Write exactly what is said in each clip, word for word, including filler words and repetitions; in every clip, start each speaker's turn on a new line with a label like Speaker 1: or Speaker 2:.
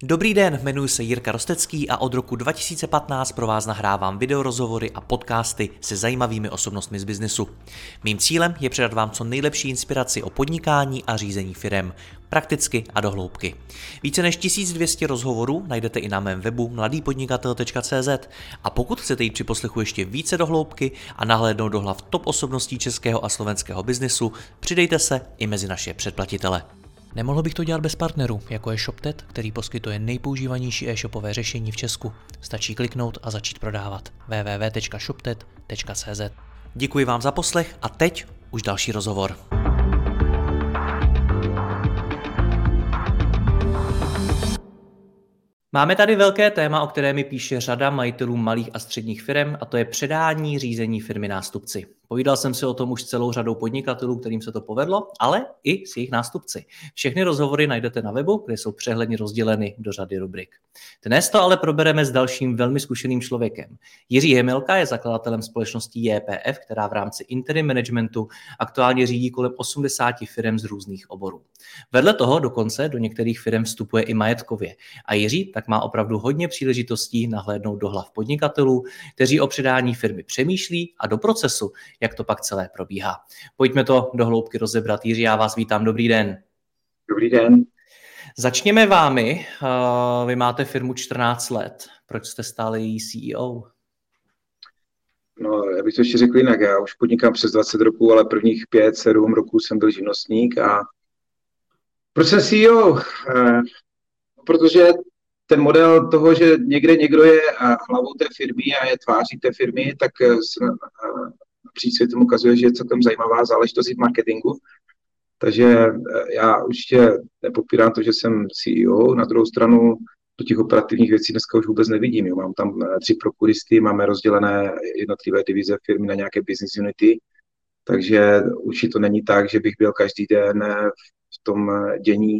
Speaker 1: Dobrý den, jmenuji se Jirka Rostecký a od roku dva tisíce patnáct pro vás nahrávám videorozhovory a podcasty se zajímavými osobnostmi z biznesu. Mým cílem je předat vám co nejlepší inspiraci o podnikání a řízení firem, prakticky a do hloubky. Více než tisíc dvě stě rozhovorů najdete i na mém webu mladý podnikatel tečka cé zet a pokud chcete jít při poslechu ještě více do hloubky a nahlédnout do hlav top osobností českého a slovenského biznesu, přidejte se i mezi naše předplatitele. Nemohl bych to dělat bez partnerů, jako je ShopTet, který poskytuje nejpoužívanější e-shopové řešení v Česku. Stačí kliknout a začít prodávat. w w w tečka shoptet tečka cé zet. Děkuji vám za poslech a teď už další rozhovor. Máme tady velké téma, o které mi píše řada majitelů malých a středních firm, a to je předání řízení firmy nástupci. Povídal jsem si o tom už s celou řadou podnikatelů, kterým se to povedlo, ale i s jejich nástupci. Všechny rozhovory najdete na webu, kde jsou přehledně rozděleny do řady rubrik. Dnes to ale probereme s dalším velmi zkušeným člověkem. Jiří Jemelka je zakladatelem společnosti J P F, která v rámci interim managementu aktuálně řídí kolem osmdesát firem z různých oborů. Vedle toho dokonce do některých firem vstupuje i majetkově. A Jiří tak má opravdu hodně příležitostí nahlédnout do hlav podnikatelů, kteří o předání firmy přemýšlí, a do procesu, jak to pak celé probíhá. Pojďme to do hloubky rozebrat. Jiří, já vás vítám. Dobrý den.
Speaker 2: Dobrý den.
Speaker 1: Začněme vámi. Vy máte firmu čtrnáct let. Proč jste stále její C E O?
Speaker 2: No, já bych to ještě řekl jinak. Já už podnikám přes dvacet roků, ale prvních pět, sedm roků jsem byl živnostník. A proč jsem C E O? Protože ten model toho, že někde někdo je hlavou té firmy a je tváří té firmy, tak se napříč světem ukazuje, že je celkem zajímavá záležitost i v marketingu. Takže já určitě nepopírám to, že jsem C E O. Na druhou stranu do těch operativních věcí dneska už vůbec nevidím. Jo. Mám tam tři prokuristy, máme rozdělené jednotlivé divize firmy na nějaké business unity, takže určitě to není tak, že bych byl každý den v tom dění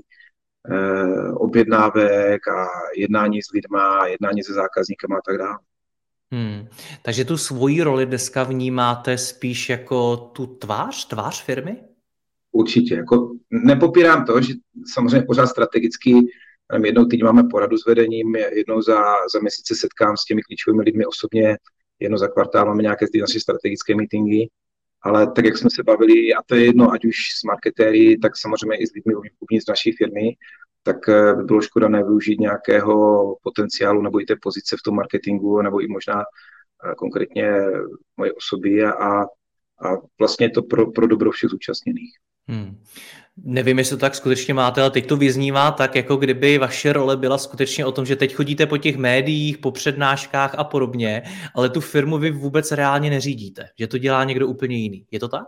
Speaker 2: eh, objednávek a jednání s lidma, jednání se zákazníkama a tak dále.
Speaker 1: Hmm. Takže tu svoji roli dneska vnímáte spíš jako tu tvář, tvář firmy?
Speaker 2: Určitě. Jako nepopírám to, že samozřejmě pořád strategicky jednou týdně máme poradu s vedením, jednou za, za měsíc se setkám s těmi klíčovými lidmi osobně, jednou za kvartál máme nějaké ty naše strategické meetingy, ale tak, jak jsme se bavili, a to je jedno, ať už s marketéry, tak samozřejmě i s lidmi uvnitř naší firmy, tak by bylo škoda nevyužít nějakého potenciálu nebo i té pozice v tom marketingu, nebo i možná konkrétně moje osoby a, a vlastně je to pro, pro dobro všech zúčastněných.
Speaker 1: Hmm. Nevím, jestli to tak skutečně máte, ale teď to vyznívá tak, jako kdyby vaše role byla skutečně o tom, že teď chodíte po těch médiích, po přednáškách a podobně, ale tu firmu vy vůbec reálně neřídíte, že to dělá někdo úplně jiný. Je to tak?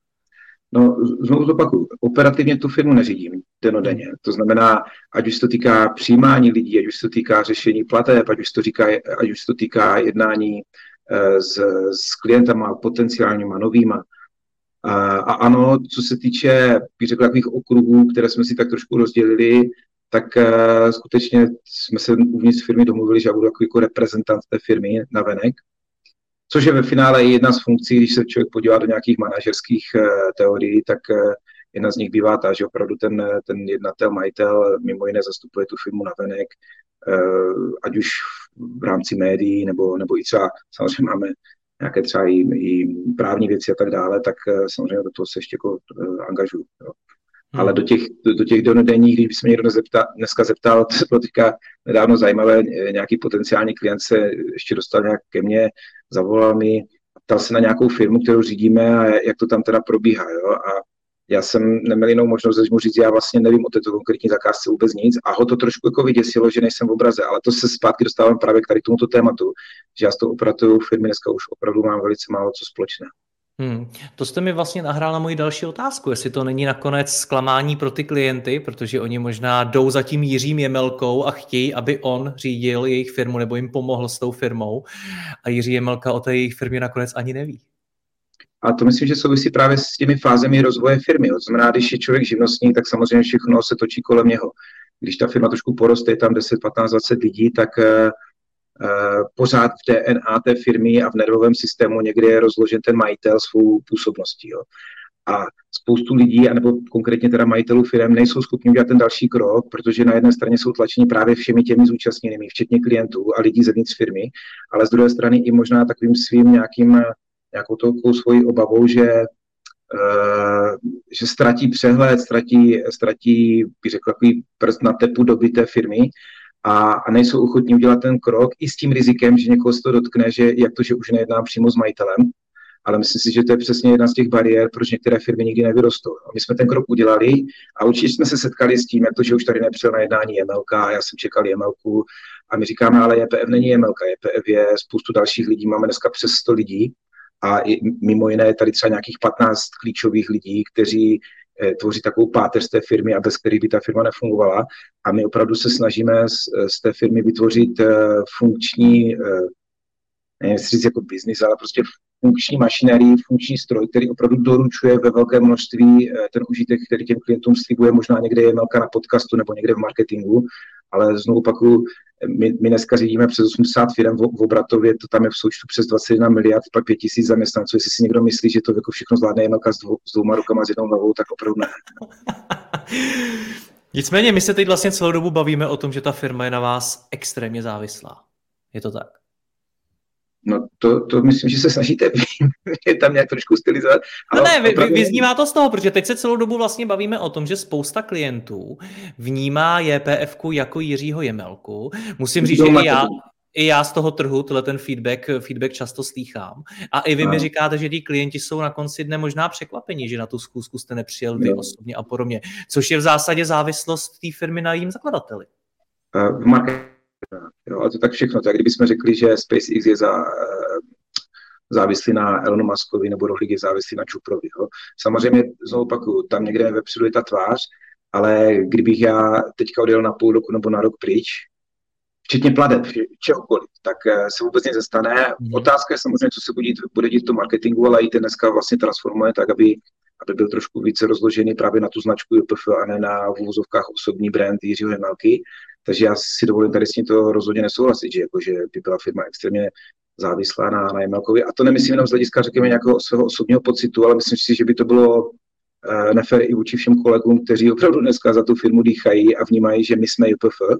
Speaker 2: No, znovu zopakuju, operativně tu firmu neřídím denodenně. To znamená, ať už se to týká přijímání lidí, ať už se to týká řešení plateb, ať už se to týká, ať už se to týká jednání s, s klientama, potenciálníma, novýma. A, a ano, co se týče, bych řekl, takových okruhů, které jsme si tak trošku rozdělili, tak uh, skutečně jsme se uvnitř firmy domluvili, že já budu jako, jako reprezentant té firmy navenek, což je ve finále jedna z funkcí, když se člověk podívá do nějakých manažerských uh, teorií, tak uh, jedna z nich bývá ta, že opravdu ten, ten jednatel, majitel mimo jiné zastupuje tu firmu navenek, uh, ať už v rámci médií, nebo, nebo i třeba samozřejmě máme nějaké třeba i, i právní věci a tak dále, tak samozřejmě do toho se ještě jako uh, angažuju. Jo. Hmm. Ale do těch, do, do těch denodenních, když by se mě někdo zepta, dneska zeptal, to bylo teďka nedávno zajímavé, nějaký potenciální klient se ještě dostal nějak ke mně, zavolal mi, ptal se na nějakou firmu, kterou řídíme a jak to tam teda probíhá. Jo. A já jsem neměl jinou možnost, že mu říct, já vlastně nevím o této konkrétní zakázce vůbec nic a ho to trošku jako vyděsilo, že nejsem v obraze, ale to se zpátky dostávám právě k tady tomuto tématu, že já s tou operativou firmy dneska už opravdu mám velice málo co společného.
Speaker 1: Hmm. To jste mi vlastně nahrál na moji další otázku, jestli to není nakonec zklamání pro ty klienty, protože oni možná jdou za tím Jiřím Jemelkou a chtějí, aby on řídil jejich firmu nebo jim pomohl s tou firmou a Jiří Jemelka o té jejich firmě nakonec ani neví.
Speaker 2: A to myslím, že souvisí právě s těmi fázemi rozvoje firmy. To znamená, když je člověk živnostník, tak samozřejmě všechno se točí kolem něho. Když ta firma trošku poroste, je tam deset, patnáct, dvacet lidí, tak uh, pořád v D N A té firmy a v nervovém systému někde je rozložen ten majitel svou působností. Jo. A spoustu lidí, anebo konkrétně teda majitelů firm, nejsou schopni udělat ten další krok, protože na jedné straně jsou tlačeni právě všemi těmi zúčastněnými, včetně klientů a lidí zevnitř firmy, ale z druhé strany i možná takovým svým nějakým, nějakou takovou svojí obavou, že, uh, že ztratí přehled, ztratí, ztratí, bych řekl, takový prst na tepu doby té firmy a, a nejsou ochotní udělat ten krok i s tím rizikem, že někoho se to dotkne, že jak to, že už nejednám přímo s majitelem. Ale myslím si, že to je přesně jedna z těch bariér, proč některé firmy nikdy nevyrostou. A my jsme ten krok udělali a určitě jsme se setkali s tím, jak to, že už tady nepřijel na jednání J M L K, já jsem čekal J M L K a my říkáme, ale J P F není J M L K, J P F je spoustu dalších lidí, máme dneska přes sto lidí a i mimo jiné tady třeba nějakých patnáct klíčových lidí, kteří eh, tvoří takovou páteř té firmy a bez kterých by ta firma nefungovala. A my opravdu se snažíme z, z té firmy vytvořit eh, funkční, eh, nevím, říct jako biznis, ale prostě funkční mašinérii, funkční stroj, který opravdu doručuje ve velké množství ten užitek, který těm klientům slibuje, možná někde je melka na podcastu nebo někde v marketingu, ale znovu opakuju, my, my dneska řídíme přes osmdesát firm v, v obratově, to tam je v součtu přes dvacet jedna miliard, pak pět tisíc zaměstnanců. Jestli si někdo myslí, že to jako všechno zvládne Jemelka s, dvou, s dvouma rukama, s jednou nohou, tak opravdu ne.
Speaker 1: Nicméně my se teď vlastně celou dobu bavíme o tom, že ta firma je na vás extrémně závislá. Je to tak?
Speaker 2: No to, to myslím, že se snažíte je tam nějak trošku stylizovat.
Speaker 1: No ne, vy, opravdu... vyznívá to z toho, protože teď se celou dobu vlastně bavíme o tom, že spousta klientů vnímá J P F ku jako Jiřího Jemelku. Musím říct, že i já, i já z toho trhu tenhle ten feedback, feedback často slýchám. A i vy no. mi říkáte, že tí klienti jsou na konci dne možná překvapení, že na tu schůzku jste nepřijel vy no. osobně a podobně. Což je v zásadě závislost té firmy na jejím zakladateli.
Speaker 2: Uh, v marketingu. Jo, a to tak všechno. Tak kdybychom řekli, že SpaceX je za, závislý na Elonu Muskovi nebo Rohlík je závislý na Čuprovi. Jo. Samozřejmě, znovu opakuju, tam někde vepředu je ta tvář, ale kdybych já teďka odjel na půl roku nebo na rok pryč, včetně plateb, čehokoliv, tak se vůbec nic nestane. Mm. Otázka je samozřejmě, co se bude dít, bude dít v tom marketingu, ale i ten dneska vlastně transformuje tak, aby, aby byl trošku více rozložený právě na tu značku J P F a ne na v uvozovkách osobní brand Jiřího Jemelky. Takže já si dovolím tady s tím to rozhodně nesouhlasit, že, jako, že by byla firma extrémně závislá na, na Jemelkovi. A to nemyslím jenom z hlediska, řekněme, nějakého svého osobního pocitu, ale myslím si, že by to bylo uh, nefér i vůči všem kolegům, kteří opravdu dneska za tu firmu dýchají a vnímají, že my jsme J P F.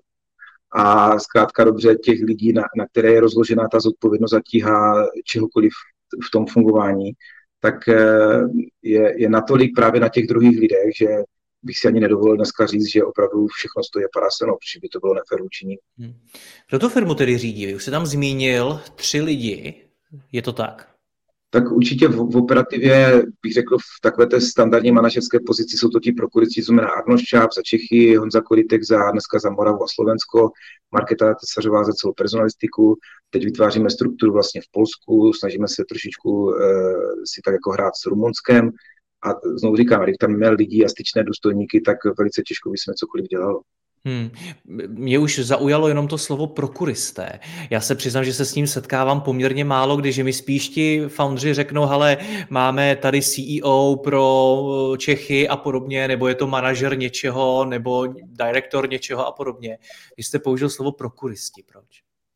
Speaker 2: A zkrátka dobře těch lidí, na, na které je rozložená ta zodpovědnost a tíha čehokoliv v tom fungování, tak uh, je, je natolik právě na těch druhých lidech, že bych si ani nedovolil dneska říct, že opravdu všechno stojí a padá se mnou, protože by to bylo nefér vůči nim.
Speaker 1: Hmm. Kdo tu firmu tedy řídí? Vy už jste tam zmínil tři lidi, je to tak?
Speaker 2: Tak určitě v, v operativě, bych řekl, v takové té standardní manažerské pozici jsou to ti prokuristi, znamená Arnošt Šáb za Čechy, Honza Koritek za dneska za Moravu a Slovensko, Markéta Tesařová za celou personalistiku. Teď vytváříme strukturu vlastně v Polsku, snažíme se trošičku uh, si tak jako hrát s Rumunskem. A znovu říkám, když tam měl lidí a styčné důstojníky, tak velice těžko by jsme cokoliv dělalo.
Speaker 1: Hmm. Mě už zaujalo jenom to slovo prokuristé. Já se přiznám, že se s ním setkávám poměrně málo, když mi spíš ti foundři řeknou, hele, máme tady C E O pro Čechy a podobně, nebo je to manažer něčeho, nebo direktor něčeho a podobně. Vy jste použil slovo prokuristi, proč?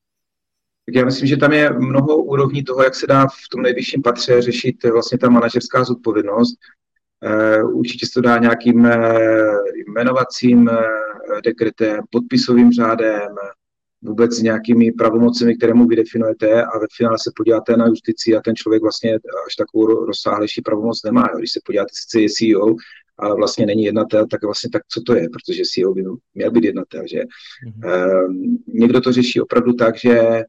Speaker 2: Tak já myslím, že tam je mnoho úrovní toho, jak se dá v tom nejvyšším patře řešit vlastně ta manažerská zodpovědnost. Určitě se to dá nějakým jmenovacím dekretem, podpisovým řádem, vůbec s nějakými pravomocemi, které mu vydefinujete a ve finále se podíváte na justici a ten člověk vlastně až takovou rozsáhlejší pravomoc nemá. Když se podíváte, sice je C E O, ale vlastně není jednatel, tak vlastně tak co to je, protože C E O by měl být jednatel. Že? Mm-hmm. Někdo to řeší opravdu tak, že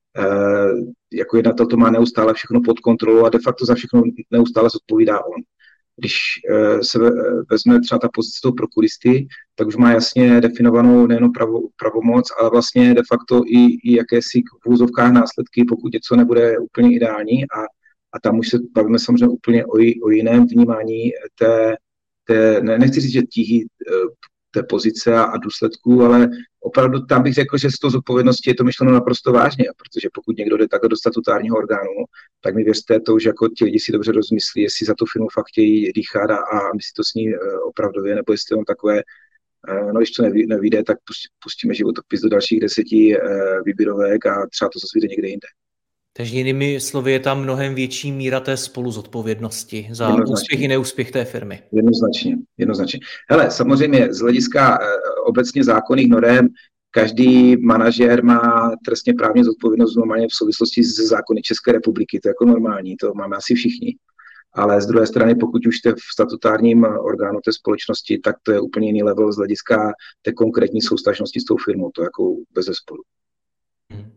Speaker 2: jako jednatel to má neustále všechno pod kontrolou a de facto za všechno neustále zodpovídá on. Když se vezme třeba ta pozice toho prokuristy, tak už má jasně definovanou nejenom pravo, pravomoc, ale vlastně de facto i, i jakési v úzovkách následky, pokud něco nebude úplně ideální a, a tam už se bavíme samozřejmě úplně o, o jiném vnímání té, té ne, nechci říct, že tíhy té pozice a, a důsledků, ale opravdu tam bych řekl, že z toho zodpovědnosti je to myšleno naprosto vážně, protože pokud někdo jde takhle do statutárního orgánu, tak mi věřte to, že jako ti lidi si dobře rozmyslí, jestli za tu firmu fakt chtějí dýchat a, a myslí to s ní opravdově, nebo jestli on takové, no když to neví, nevíde, tak pustíme životopis do dalších deseti výběrovek a třeba to zase vyjde někde jinde.
Speaker 1: Takže jinými slovy je tam mnohem větší míra té spoluzodpovědnosti za
Speaker 2: Jednoznačně.
Speaker 1: úspěch i neúspěch té firmy.
Speaker 2: Jednoznačně, jednoznačně. Hele, samozřejmě z hlediska eh, obecně zákonných norem každý manažer má trestně právně zodpovědnost normálně v souvislosti s zákony České republiky. To je jako normální, to máme asi všichni. Ale z druhé strany, pokud už jste v statutárním orgánu té společnosti, tak to je úplně jiný level z hlediska té konkrétní souvztažnosti s tou firmou. To je jako bez zesporu.
Speaker 1: Hmm.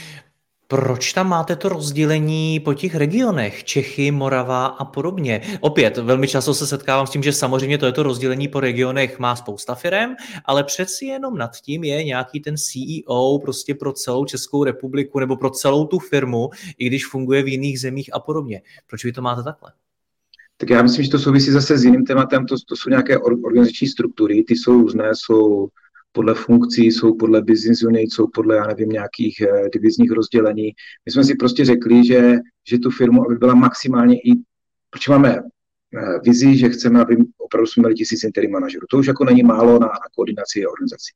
Speaker 1: Proč tam máte to rozdělení po těch regionech, Čechy, Morava a podobně? Opět, velmi často se setkávám s tím, že samozřejmě to je to rozdělení po regionech má spousta firem, ale přeci jenom nad tím je nějaký ten C E O prostě pro celou Českou republiku nebo pro celou tu firmu, i když funguje v jiných zemích a podobně. Proč vy to máte takhle?
Speaker 2: Tak já myslím, že to souvisí zase s jiným tématem, to, to jsou nějaké organizační struktury, ty jsou různé, jsou podle funkcí, jsou podle business unit, jsou podle, já nevím, nějakých eh, divizních rozdělení. My jsme si prostě řekli, že, že tu firmu, aby byla maximálně i, protože máme eh, vizi, že chceme, aby opravdu jsme měli tisíc interim manažerů. To už jako není málo na, na koordinaci a organizaci.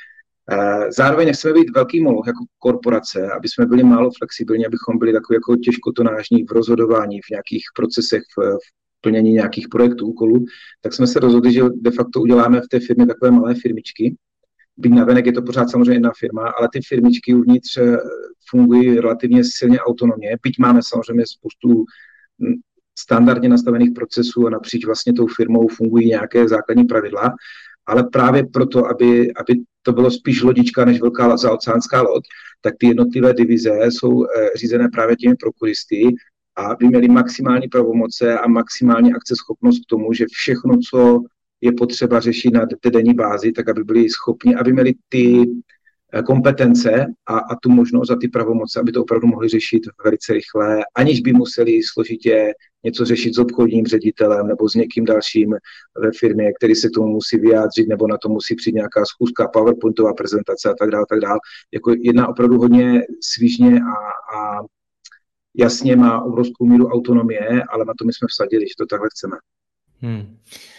Speaker 2: Eh, zároveň chceme být velký moloch jako korporace, aby jsme byli málo flexibilní, abychom byli takový jako těžkotonážní v rozhodování, v nějakých procesech, v, v plnění nějakých projektů, úkolů, tak jsme se rozhodli, že de facto uděláme v té firmě takové malé firmičky. Byť navenek je to pořád samozřejmě jedna firma, ale ty firmičky uvnitř fungují relativně silně autonomně. Byť máme samozřejmě spoustu standardně nastavených procesů a napříč vlastně tou firmou fungují nějaké základní pravidla, ale právě proto, aby, aby to bylo spíš lodička než velká zaoceánská loď, tak ty jednotlivé divize jsou řízené právě těmi prokuristy, a aby měli maximální pravomoce a maximální akceschopnost k tomu, že všechno, co je potřeba řešit na denní bázi, tak aby byli schopni, aby měli ty kompetence a, a tu možnost a ty pravomoce, aby to opravdu mohli řešit velice rychle, aniž by museli složitě něco řešit s obchodním ředitelem nebo s někým dalším ve firmě, který se k tomu musí vyjádřit, nebo na to musí přijít nějaká schůzka, PowerPointová prezentace a tak dále, tak dále. Jako jedna opravdu hodně svižně a, a jasně má obrovskou míru autonomie, ale na to my jsme vsadili, že to takhle chceme.
Speaker 1: Hmm.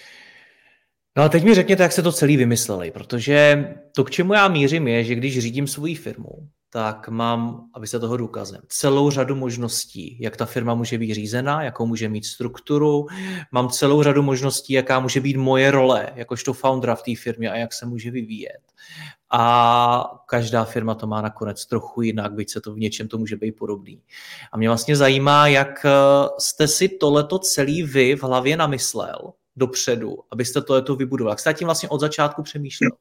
Speaker 1: No a teď mi řekněte, jak se to celý vymysleli, protože to, k čemu já mířím, je, že když řídím svoji firmu, tak mám, aby se toho důkazem, celou řadu možností, jak ta firma může být řízená, jakou může mít strukturu, mám celou řadu možností, jaká může být moje role, jakožto foundera v té firmě a jak se může vyvíjet. A každá firma to má nakonec trochu jinak, byť se to v něčem to může být podobný. A mě vlastně zajímá, jak jste si tohleto celý vy v hlavě namyslel dopředu, abyste tohleto vybudoval. Jak jste tím vlastně od začátku přemýšlel?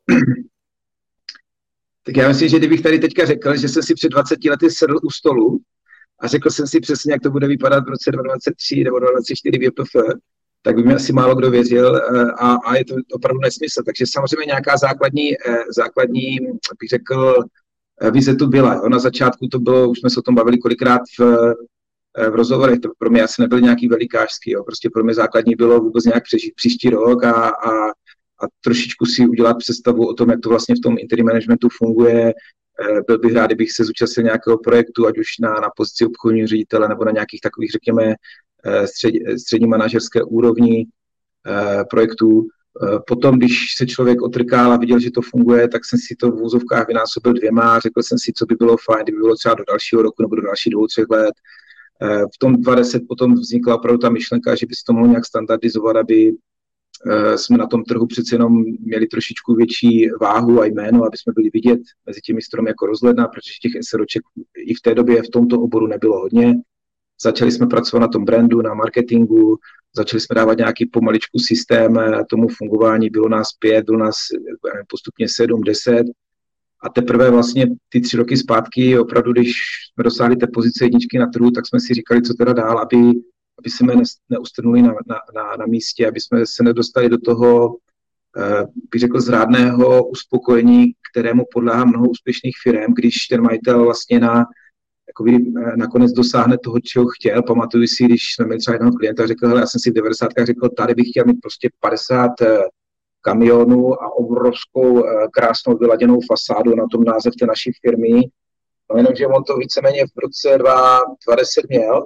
Speaker 2: Tak já myslím, že kdybych tady teďka řekl, že jsem si před dvaceti lety sedl u stolu a řekl jsem si přesně, jak to bude vypadat v roce dva tisíce dvacet tři nebo dva tisíce dvacet čtyři v P F, tak by mi asi málo kdo věřil a, a je to opravdu nesmysl. Takže samozřejmě nějaká základní, základní bych řekl, vize tu byla. Na začátku to bylo, už jsme se o tom bavili kolikrát v, v rozhovorech, to pro mě asi nebyl nějaký velikářský, jo. Prostě pro mě základní bylo vůbec nějak přežít příští rok a, a, a trošičku si udělat představu o tom, jak to vlastně v tom interim managementu funguje. Byl bych rád, kdybych se zúčastnil nějakého projektu, ať už na, na pozici obchodního ředitele nebo na nějakých takových, řekněme, střed, střední manažerské úrovni eh, projektů. Eh, potom, když se člověk otrkal a viděl, že to funguje, tak jsem si to v úzovkách vynásobil dvěma a řekl jsem si, co by bylo fajn, kdyby bylo třeba do dalšího roku nebo do dalších dvou, třech let. Eh, v tom dvacet deset potom vznikla opravdu ta myšlenka, že by se to mohlo nějak standardizovat, aby eh, jsme na tom trhu přece jenom měli trošičku větší váhu a jméno, aby jsme byli vidět mezi těmi stromy jako rozhledna, protože těch SROček i v té době v tomto oboru nebylo hodně. Začali jsme pracovat na tom brandu, na marketingu, začali jsme dávat nějaký pomaličku systém tomu fungování, bylo nás pět, bylo nás postupně sedm, deset a teprve vlastně ty tři roky zpátky, opravdu, když jsme dosáhli té pozice jedničky na trhu, tak jsme si říkali, co teda dál, aby, aby jsme neustrnuli na, na, na, na místě, aby jsme se nedostali do toho, bych řekl, zrádného uspokojení, kterému podléhá mnoho úspěšných firm, když ten majitel vlastně na jako nakonec dosáhne toho, čeho chtěl. Pamatuju si, když jsme měli třeba jednoho klienta, řekl, hele, já jsem si v devadesátkách řekl, tady bych chtěl mít prostě padesát kamionů a obrovskou krásnou vyladěnou fasádu na tom název té naší firmy. No jenomže on to víceméně v roce dva tisíce deset měl.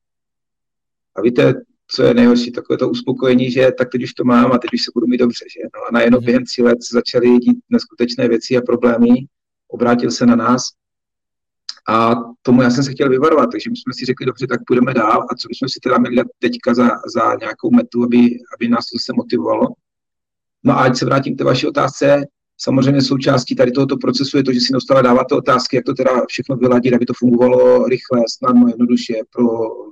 Speaker 2: A víte, co je nejhorší, takové to uspokojení, že tak teď už to mám a teď už se budu mít dobře. Že? No a najednou během tří let začaly dít neskutečné věci a problémy. Obrátil se na nás. A tomu já jsem se chtěl vyvarovat, takže my jsme si řekli, dobře, tak půjdeme dál a co bychom si teda měli dát teďka za, za nějakou metu, aby, aby nás to se motivovalo. No a ať se vrátím k té vaší otázce, samozřejmě součástí tady tohoto procesu je to, že si neustále dáváte otázky, jak to teda všechno vyladit, aby to fungovalo rychle, snadno, jednoduše, pro,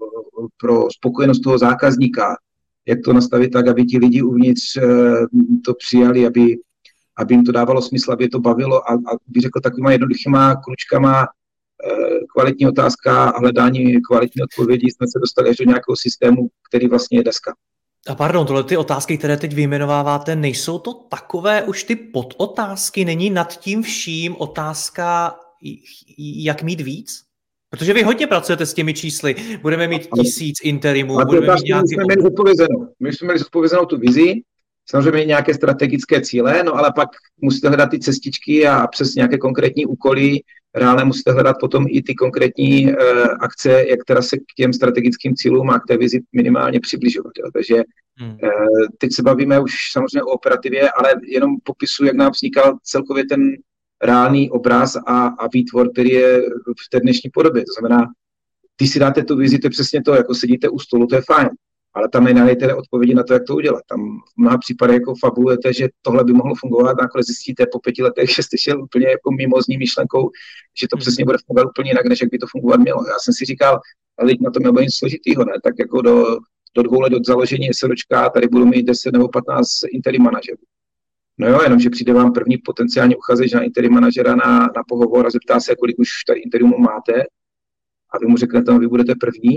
Speaker 2: pro spokojenost toho zákazníka, jak to nastavit tak, aby ti lidi uvnitř to přijali, aby, aby jim to dávalo smysl, aby je to bavilo a, a bych řekl takovýma jednoduchýma kručkama, kvalitní otázka a hledání kvalitní odpovědí jsme se dostali až do nějakého systému, který vlastně je deska.
Speaker 1: A pardon, tohle ty otázky, které teď vyjmenováváte, nejsou to takové už ty podotázky? Není nad tím vším otázka, jak mít víc? Protože vy hodně pracujete s těmi čísly. Budeme mít tisíc interimů, budeme mít nějaký...
Speaker 2: My jsme měli zodpovězenou. My jsme měli zodpovězenou tu vizi, samozřejmě nějaké strategické cíle, no ale pak musíte hledat ty cestičky a přes nějaké konkrétní úkoly reálně musíte hledat potom i ty konkrétní uh, akce, jak teda se k těm strategickým cílům a k té vizi minimálně přibližovat. Jo. Takže hmm. uh, teď se bavíme už samozřejmě o operativě, ale jenom popisuju, jak nám vznikal celkově ten reálný obraz a, a výtvor, který je v té dnešní podobě. To znamená, když si dáte tu vizi, to je přesně to, jako sedíte u stolu, to je fajn. Ale tam nenajdete odpovědi na to, jak to udělat. Tam v mnoha případech jako fabulujete, že tohle by mohlo fungovat, nakonec zjistíte po pěti letech, že jste šel úplně jako mimozní myšlenkou, že to přesně bude fungovat úplně jinak, než jak by to fungovat mělo. Já jsem si říkal, ale na to nebude nic složitýho, ne? Tak jako do, do dvou let od založení SROčka tady budu mít deset nebo patnáct interim manažerů. No jo, jenomže přijde vám první potenciální uchazeč na interim manažera na, na pohovor a zeptá se, kolik už tady interimů máte a vy mu řeknete, no, vy budete první.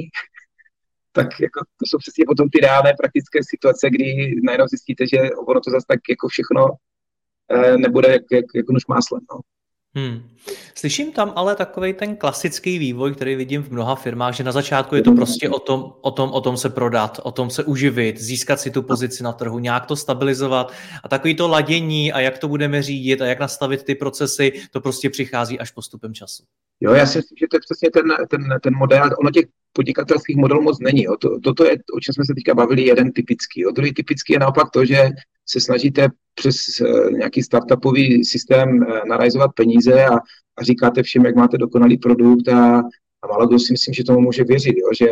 Speaker 2: Tak jako, to jsou přesně potom ty reálné praktické situace, kdy najednou zjistíte, že ono to zase tak jako všechno eh, nebude jak, jak, jak nůž máslem. No.
Speaker 1: Hmm. Slyším tam ale takovej ten klasický vývoj, který vidím v mnoha firmách, že na začátku je to prostě o tom, o tom, o tom se prodat, o tom se uživit, získat si tu pozici na trhu, nějak to stabilizovat a takový to ladění a jak to budeme řídit a jak nastavit ty procesy, to prostě přichází až postupem času.
Speaker 2: Jo, já si myslím, že to je přesně ten, ten, ten model, ono těch podnikatelských modelů moc není. Jo. To, toto je, o čem jsme se teďka bavili, jeden typický. Jo. Druhý typický je naopak to, že se snažíte přes uh, nějaký startupový systém uh, narajzovat peníze a, a říkáte všem, jak máte dokonalý produkt a, a málo kdo si myslím, že tomu může věřit, jo, že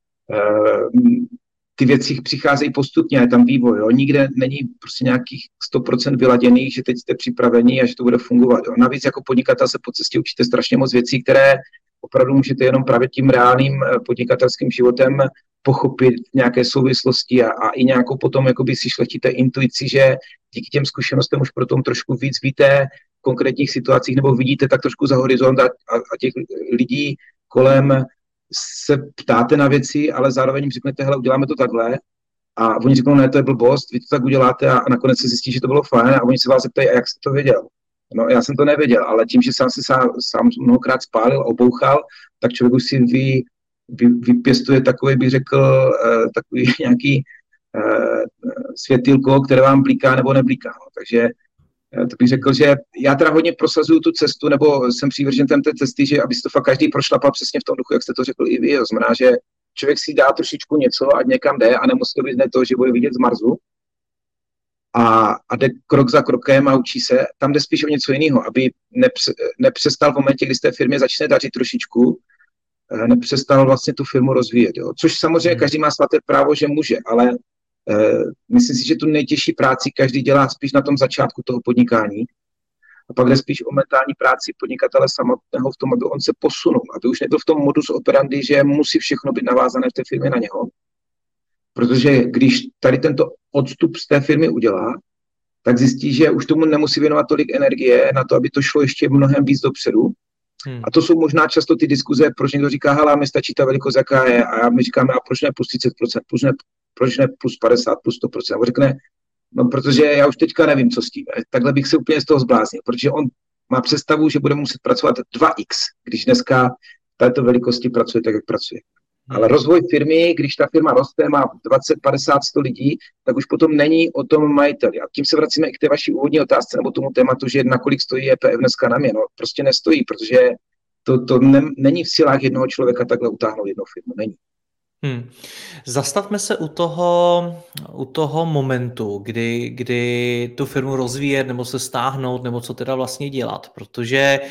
Speaker 2: uh, ty věci přicházejí postupně, je tam vývoj. Jo. Nikde není prostě nějakých sto procent vyladěných, že teď jste připravení a že to bude fungovat. Jo. Navíc jako podnikatel se po cestě učíte strašně moc věcí, které opravdu můžete jenom právě tím reálným podnikatelským životem pochopit nějaké souvislosti a, a i nějakou potom jakoby si šlechtíte intuici, že díky těm zkušenostem už pro tom trošku víc víte v konkrétních situacích nebo vidíte tak trošku za horizont a, a, a těch lidí kolem se ptáte na věci, ale zároveň jim řeknete, hele, uděláme to takhle a oni řeknou, ne, to je blbost, vy to tak uděláte a, a nakonec se zjistí, že to bylo fajn a oni se vás zeptají, a jak jste to věděl? No, já jsem to nevěděl, ale tím, že jsem se sám, sám mnohokrát spálil, obouchal, tak člověk už si vy, vy, vypěstuje takový, bych řekl, uh, takový nějaký uh, světýlko, které vám blíká nebo neblíká. No. Takže uh, to bych řekl, že já teda hodně prosazuju tu cestu, nebo jsem přívržencem té cesty, že aby si to fakt každý prošlapal přesně v tom duchu, jak jste to řekl i vy. To znamená, že člověk si dá trošičku něco, ať někam jde a nemusí to být ne to, že bude vidět z Marsu, A, a jde krok za krokem a učí se, tam jde spíš o něco jiného, aby nepře, nepřestal v momentě, kdy z té firmě začne dařit trošičku, nepřestal vlastně tu firmu rozvíjet. Jo. Což samozřejmě každý má svaté právo, že může, ale eh, myslím si, že tu nejtěžší práci každý dělá spíš na tom začátku toho podnikání. A pak jde spíš o mentální práci podnikatele samotného v tom, aby on se posunul, aby už nebyl v tom modus operandi, že musí všechno být navázané v té firmě na něho. Protože když tady tento odstup z té firmy udělá, tak zjistí, že už tomu nemusí věnovat tolik energie na to, aby to šlo ještě mnohem víc dopředu. Hmm. A to jsou možná často ty diskuze, proč někdo říká, hele, mi stačí ta velikost, jaká je, a my říkáme, a proč ne plus třicet procent, proč ne, proč ne plus padesát, plus sto procent. A on řekne, no protože já už teďka nevím, co s tím. Takhle bych se úplně z toho zbláznil, protože on má představu, že bude muset pracovat dva x, když dneska v této velikosti pracuje tak, jak pracuje. Ale rozvoj firmy, když ta firma roste, má dvacet, padesát, sto lidí, tak už potom není o tom majiteli. A tím se vracíme i k té vaší úvodní otázce nebo tomu tématu, že nakolik stojí E P F dneska na mě. No, prostě nestojí, protože to, to ne, není v silách jednoho člověka takhle utáhnout jednu firmu. Není.
Speaker 1: Hmm. Zastavme se u toho, u toho momentu, kdy, kdy tu firmu rozvíjet nebo se stáhnout, nebo co teda vlastně dělat, protože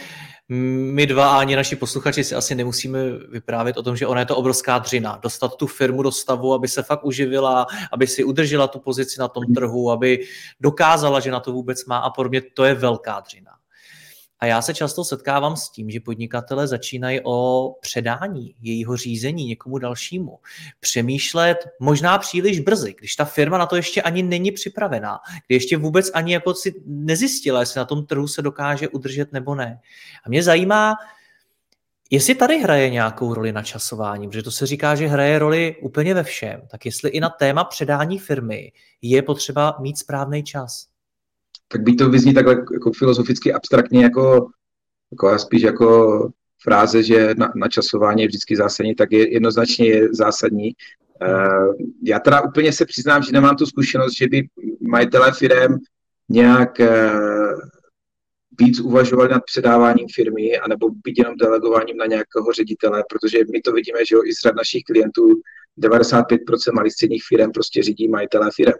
Speaker 1: My dva a ani naši posluchači si asi nemusíme vyprávět o tom, že ona je to obrovská dřina. Dostat tu firmu do stavu, aby se fakt uživila, aby si udržela tu pozici na tom trhu, aby dokázala, že na to vůbec má a pro mě to je velká dřina. A já se často setkávám s tím, že podnikatelé začínají o předání jejího řízení někomu dalšímu. Přemýšlet možná příliš brzy, když ta firma na to ještě ani není připravená, kdy ještě vůbec ani jako si nezjistila, jestli na tom trhu se dokáže udržet nebo ne. A mě zajímá, jestli tady hraje nějakou roli načasování, protože to se říká, že hraje roli úplně ve všem, tak jestli i na téma předání firmy je potřeba mít správný čas.
Speaker 2: Tak by to vyzní takhle jako filozoficky abstraktně, jako, jako spíš jako fráze, že na, načasování je vždycky zásadní, tak je jednoznačně je zásadní. Uh, já teda úplně se přiznám, že nemám tu zkušenost, že by majitelé firem nějak uh, víc uvažovali nad předáváním firmy, anebo být jenom delegováním na nějakého ředitele, protože my to vidíme, že jo, i z řad našich klientů devadesát pět procent malých středních firem prostě řídí majitelé firem.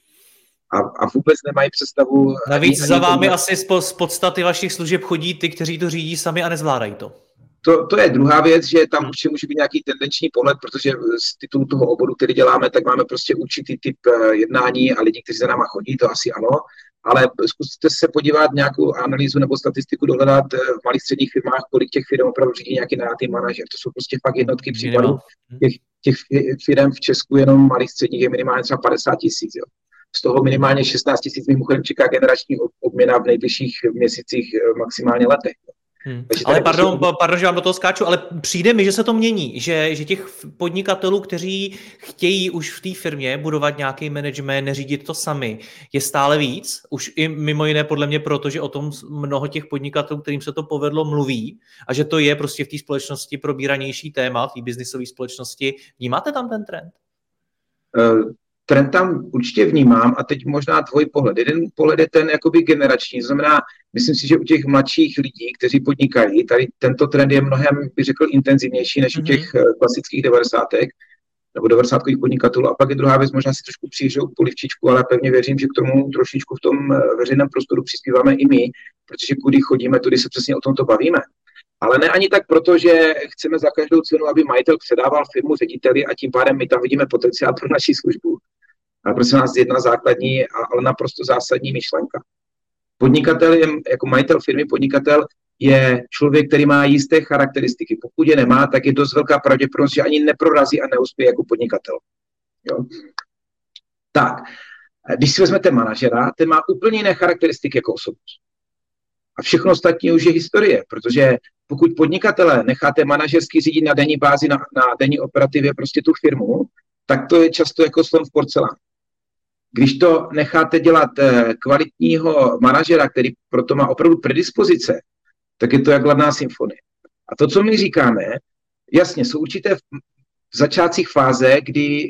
Speaker 2: A, a vůbec nemají představu...
Speaker 1: Navíc ani, za ani vámi tomu... asi z podstaty vašich služeb chodí ty, kteří to řídí sami a nezvládají to.
Speaker 2: To, to je druhá věc, že tam určitě může být nějaký tendenční pohled, protože z titulu toho oboru, který děláme, tak máme prostě určitý typ jednání a lidi, kteří za náma chodí, to asi ano, ale zkuste se podívat nějakou analýzu nebo statistiku dohledat v malých středních firmách, kolik těch firm opravdu řídí nějaký najatý manažer. To jsou prostě fakt jednotky případů. Těch, těch firm v Česku jenom malých středních je minimálně třeba padesát tisíc, jo. Z toho minimálně šestnáct tisíc mimochodem čeká generační obměna v nejbližších měsících, maximálně letech.
Speaker 1: Hmm. Ale pardon, prostě... pardon, že vám do toho skáču, ale přijde mi, že se to mění, že, že těch podnikatelů, kteří chtějí už v té firmě budovat nějaký management, neřídit to sami, je stále víc. Už i mimo jiné podle mě proto, že o tom mnoho těch podnikatelů, kterým se to povedlo, mluví a že to je prostě v té společnosti probíranější téma, v té biznisové společnosti. Vnímáte tam ten trend?
Speaker 2: Uh... Trend tam určitě vnímám a teď možná tvůj pohled. Jeden pohled je ten jakoby generační, to znamená, myslím si, že u těch mladších lidí, kteří podnikají, tady tento trend je mnohem, bych řekl, intenzivnější než u těch mm-hmm. klasických devadesátek nebo devadesátkových podnikatelů. A pak je druhá věc, možná si trošku přijížou polivčičku, ale pevně věřím, že k tomu trošičku v tom veřejném prostoru přispíváme i my, protože kudy chodíme, tudy se přesně o tomto bavíme. Ale ne ani tak proto, že chceme za každou cenu, aby majitel předával firmu řediteli a tím pádem my tam vidíme potenciál pro naši službu. A prosím nás jedna základní, ale naprosto zásadní myšlenka. Podnikatel je, jako majitel firmy, podnikatel je člověk, který má jisté charakteristiky. Pokud je nemá, tak je dost velká pravděpodobnost, že ani neprorazí a neuspěje jako podnikatel. Jo? Tak, když si vezmete manažera, ten má úplně jiné charakteristiky jako osobnost. A všechno ostatní už je historie, protože pokud podnikatele necháte manažersky řídit na denní bázi, na, na denní operativě prostě tu firmu, tak to je často jako slon v porcelánu. Když to necháte dělat kvalitního manažera, který proto má opravdu predispozice, tak je to jak ladná symfonie. A to, co my říkáme, jasně, jsou určité v začátcích fáze, kdy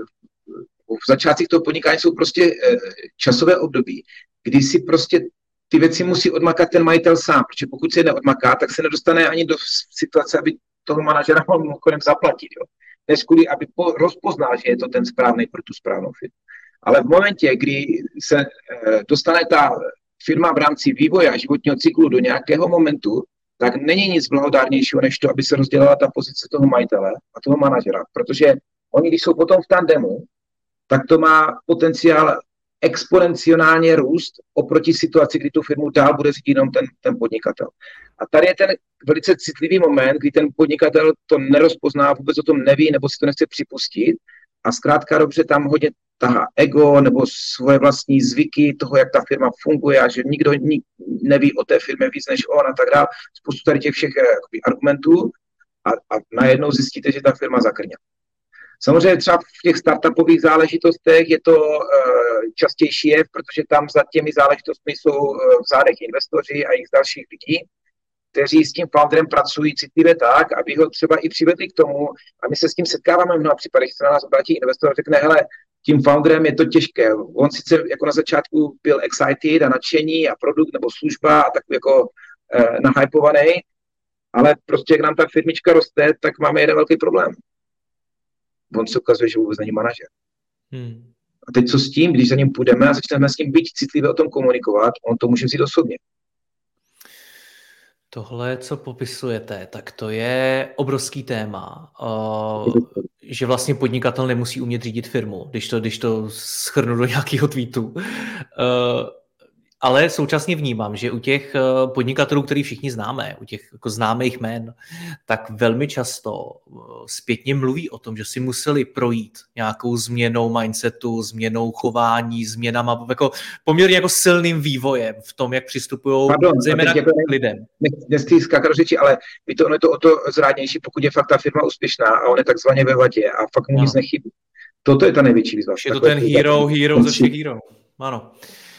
Speaker 2: v začátcích toho podnikání jsou prostě časové období, kdy si prostě ty věci musí odmakat ten majitel sám, protože pokud se neodmaká, tak se nedostane ani do situace, aby toho manažera mohl mimochodem zaplatit. Jo. Než kvůli, aby po, rozpoznal, že je to ten správný pro tu správnou firmu. Ale v momentě, kdy se e, dostane ta firma v rámci vývoje a životního cyklu do nějakého momentu, tak není nic blahodárnějšího, než to, aby se rozdělala ta pozice toho majitele a toho manažera. Protože oni, když jsou potom v tandemu, tak to má potenciál exponenciálně růst oproti situaci, kdy tu firmu dál bude řídit jenom ten, ten podnikatel. A tady je ten velice citlivý moment, kdy ten podnikatel to nerozpozná, vůbec o tom neví, nebo si to nechce připustit a zkrátka dobře tam hodně tahá ego nebo svoje vlastní zvyky toho, jak ta firma funguje a že nikdo neví o té firmě víc než on a tak dále. Spoustu tady těch všech jakoby, argumentů a, a najednou zjistíte, že ta firma zakrně. Samozřejmě třeba v těch startupových záležitostech je to uh, častější jev, protože tam za těmi záležitostmi jsou uh, v zádech investoři a jich dalších lidí, kteří s tím founderem pracují citlivě tak, aby ho třeba i přivedli k tomu, a my se s tím setkáváme v mnoha případech, se na nás obrátí investor a řekne, hele, tím founderem je to těžké. On sice jako na začátku byl excited a nadšení a produkt nebo služba a takový jako uh, nahypovaný, ale prostě jak nám ta firmička roste, tak máme jeden velký problém. On se ukazuje, že vůbec není manažer. Hmm. A teď co s tím, když za ním půjdeme a začneme s ním být citlivě o tom komunikovat, on to může vzít osobně.
Speaker 1: Tohle, co popisujete, tak to je obrovský téma, uh, že vlastně podnikatel nemusí umět řídit firmu, když to, když to shrnu do nějakého tweetu. Uh, Ale současně vnímám, že u těch podnikatelů, který všichni známe, u těch jako známých jmen, tak velmi často zpětně mluví o tom, že si museli projít nějakou změnou mindsetu, změnou chování, změnama, jako poměrně jako silným vývojem v tom, jak přistupují zejména
Speaker 2: jako
Speaker 1: k lidem.
Speaker 2: Nechci skákat do řeči, ale to, ono je to o to zrádnější, pokud je fakt ta firma úspěšná a on je takzvaně ve vadě a fakt mu nic nechybí. Toto je ta největší výzva.
Speaker 1: Je to ten hero, hero ze všech hero. Ano.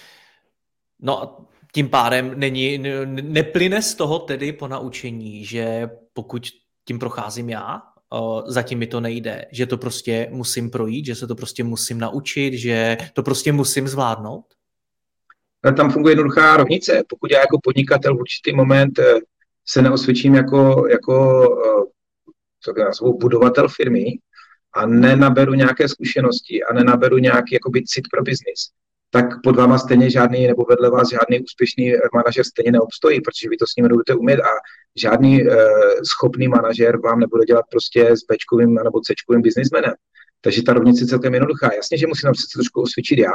Speaker 1: No a tím pádem není, neplyne z toho tedy po naučení, že pokud tím procházím já, zatím mi to nejde, že to prostě musím projít, že se to prostě musím naučit, že to prostě musím zvládnout?
Speaker 2: Tam funguje jednoduchá rovnice. Pokud já jako podnikatel v určitý moment se neosvědčím jako, jako co to nazvu, budovatel firmy a nenaberu nějaké zkušenosti a nenaberu nějaký jakoby cit pro biznis, tak pod váma stejně žádný, nebo vedle vás žádný úspěšný manažer stejně neobstojí, protože vy to s ním nebudete umět a žádný uh, schopný manažer vám nebude dělat prostě s Bčkovým nebo Cčkovým biznismenem. Takže ta rovnice je celkem jednoduchá. Jasně, že musím se trošku osvědčit já,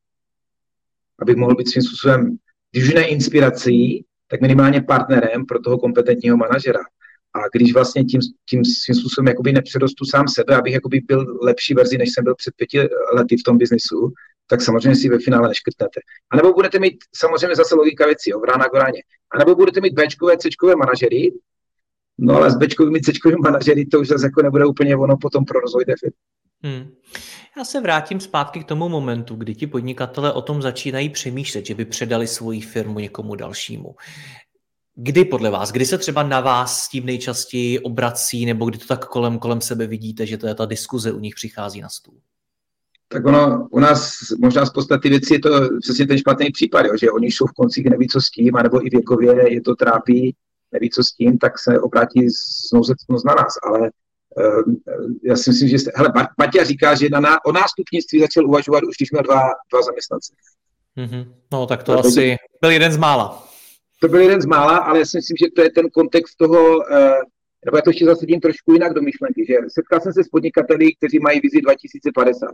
Speaker 2: abych mohl být svým způsobem, když už ne inspirací, tak minimálně partnerem pro toho kompetentního manažera. A když vlastně tím, tím svým způsobem jakoby nepředostu sám sebe, abych jakoby byl lepší verzi, než jsem byl před pěti lety v tom biznisu, tak samozřejmě si ve finále neškrtnete. A nebo budete mít samozřejmě zase logika věcí, jo, vrána k vráně. A nebo budete mít Bčkové, Cčkové manažery, no ale s Bčkovými, Cčkovými manažery to už zase jako nebude úplně ono potom pro rozvoj té firmy.
Speaker 1: Hmm. Já se vrátím zpátky k tomu momentu, kdy ti podnikatelé o tom začínají přemýšlet, že by předali svoji firmu někomu dalšímu. Kdy podle vás, kdy se třeba na vás s tím nejčastěji obrací, nebo kdy to tak kolem, kolem sebe vidíte, že to je ta diskuze u nich přichází na stůl?
Speaker 2: Tak ono, u nás možná z podstaty věcí je to přesně ten špatný případ, jo, že oni jsou v koncích, neví co s tím, anebo i věkově je to trápí, neví co s tím, tak se obrátí znouzecnost na nás, ale uh, já si myslím, že jste, hele, Baťa říká, že na, o nástupnictví začal uvažovat už když měl dva, dva zaměstnance.
Speaker 1: Mm-hmm. No tak to no, asi to byl jeden z mála.
Speaker 2: To byl jeden z mála, ale já si myslím, že to je ten kontext toho, uh, nebo já to ještě zasadím trošku jinak do myšlenky, že setkal jsem se s podnikateli, kteří mají vizi dva tisíce padesát.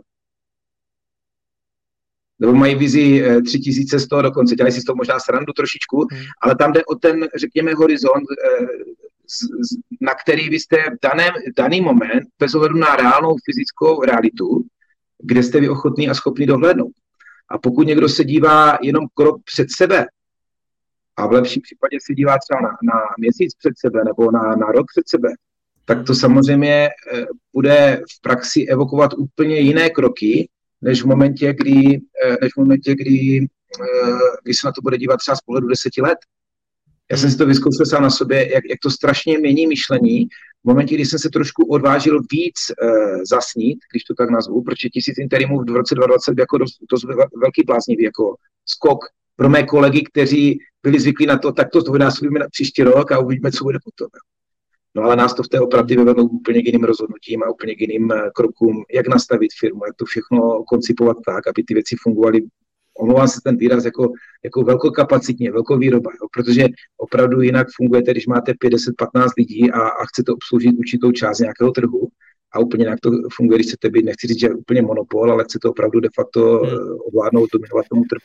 Speaker 2: Nebo mají vizi tři tisíce sto dokonce, dělají si z toho možná srandu trošičku, hmm. ale tam jde o ten, řekněme, horizont, na který vy jste v daném, daný moment, bez ohledu na reálnou fyzickou realitu, kde jste vy ochotný a schopný dohlédnout. A pokud někdo se dívá jenom krok před sebe, a v lepším případě se dívá třeba na, na měsíc před sebe nebo na, na rok před sebe, tak to samozřejmě bude v praxi evokovat úplně jiné kroky, než v momentě, kdy, než v momentě, kdy, kdy se na to bude dívat třeba z pohledu deseti let. Já jsem si to vyzkoušel sám na sobě, jak, jak to strašně mění myšlení. V momentě, kdy jsem se trošku odvážil víc uh, zasnít, když to tak nazvu, protože tisíc interimů v roce dva tisíce dvacet jako dost, dost velký bláznivý jako skok pro mé kolegy, kteří byli zvyklí na to, tak to dvojnásobíme na příští rok a uvidíme, co bude potom. No ale nás to v té operativě vedlo úplně k jiným rozhodnutím a úplně k jiným krokům, jak nastavit firmu, jak to všechno koncipovat tak, aby ty věci fungovaly. Omlouvám se ten výraz jako, jako velkokapacitně, velkovýroba, jo? Protože opravdu jinak fungujete, když máte pět, deset, patnáct lidí a, a chcete obsloužit určitou část nějakého trhu a úplně jinak to funguje, když chcete být, nechci říct, že úplně monopol, ale chcete opravdu de facto hmm. ovládnout, dominovat tomu trhu.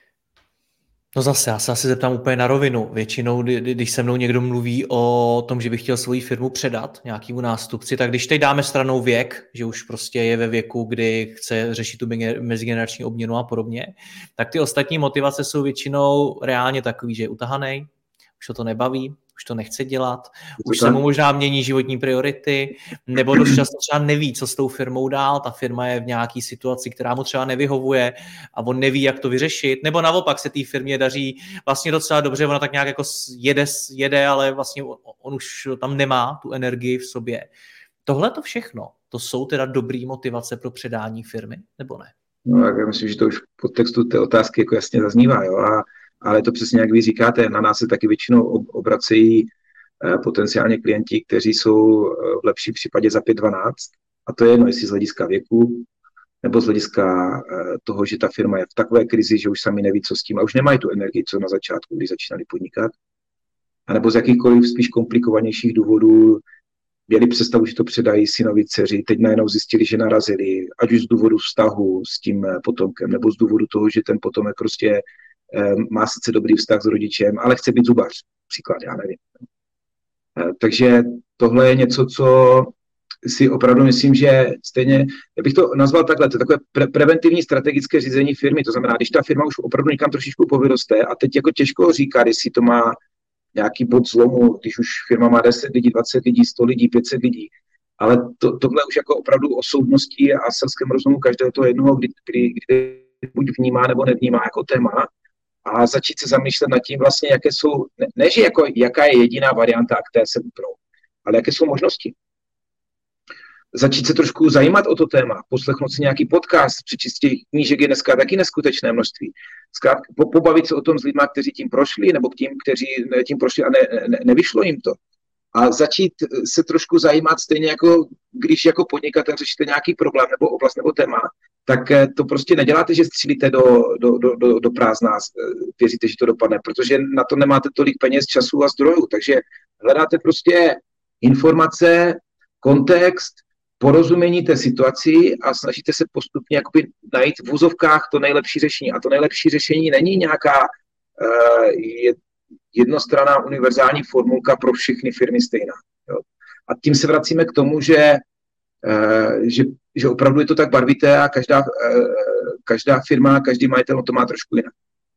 Speaker 1: No zase, já se asi zeptám úplně na rovinu. Většinou, když se mnou někdo mluví o tom, že by chtěl svoji firmu předat nějakému nástupci, tak když teď dáme stranou věk, že už prostě je ve věku, kdy chce řešit tu mezigenerační obměnu a podobně, tak ty ostatní motivace jsou většinou reálně takový, že je utahanej, už ho to nebaví, už to nechce dělat, už se mu možná mění životní priority, nebo dost často třeba neví, co s tou firmou dál, ta firma je v nějaký situaci, která mu třeba nevyhovuje a on neví, jak to vyřešit, nebo naopak se té firmě daří vlastně docela dobře, ona tak nějak jako jede, jede, ale vlastně on už tam nemá tu energii v sobě. Tohle to všechno, to jsou teda dobrý motivace pro předání firmy, nebo ne?
Speaker 2: No, já myslím, že to už v podtextu té otázky jako jasně zaznívá, jo, a ale to přesně, jak vy říkáte, na nás se taky většinou obracejí potenciálně klienti, kteří jsou v lepším případě za pět dvanáct. A to je jedno, jestli z hlediska věku, nebo z hlediska toho, že ta firma je v takové krizi, že už sami neví, co s tím. A už nemají tu energii, co na začátku, když začínali podnikat. anebo z jakýchkoliv spíš komplikovanějších důvodů měli představu, že to předají synovi, dceři, teď najednou zjistili, že narazili, ať už z důvodu vztahu s tím potomkem, nebo z důvodu toho, že ten potomek prostě eh, má sice dobrý vztah s rodičem, ale chce být zubař, příklad, já nevím. Eh, takže tohle je něco, co si opravdu myslím, že stejně, já bych to nazval takhle, to je takové pre- preventivní strategické řízení firmy, to znamená, když ta firma už opravdu někam trošičku povyroste a teď jako těžko říkat, jestli to má nějaký bod zlomu, když už firma má deset lidí, dvacet lidí, sto lidí, pět set lidí, ale to, tohle už jako opravdu osobností a selském rozumu každého toho jednoho, kdy, kdy, kdy buď vnímá nebo nevnímá jako téma a začít se zamýšlet nad tím vlastně, jaké jsou, ne, ne že jako, jaká je jediná varianta, které se upnou, ale jaké jsou možnosti. Začít se trošku zajímat o to téma, poslechnout si nějaký podcast, přečíst těch knížek je dneska taky neskutečné množství. Zkrátka, pobavit se o tom s lidmi, kteří tím prošli, nebo k tím, kteří tím prošli a ne, ne, nevyšlo jim to. A začít se trošku zajímat stejně jako, když jako podnikatel řešíte nějaký problém nebo oblast nebo téma, tak to prostě neděláte, že střílíte do, do, do, do, do prázdna, věříte, že to dopadne, protože na to nemáte tolik peněz, času a zdrojů. Takže hledáte prostě informace, kontext, porozumění té situaci a snažíte se postupně jakoby najít v vozovkách to nejlepší řešení. A to nejlepší řešení není nějaká uh, jednostranná univerzální formulka pro všechny firmy stejná. Jo. A tím se vracíme k tomu, že, uh, že, že opravdu je to tak barvité a každá, uh, každá firma, každý majitel to má trošku jinak.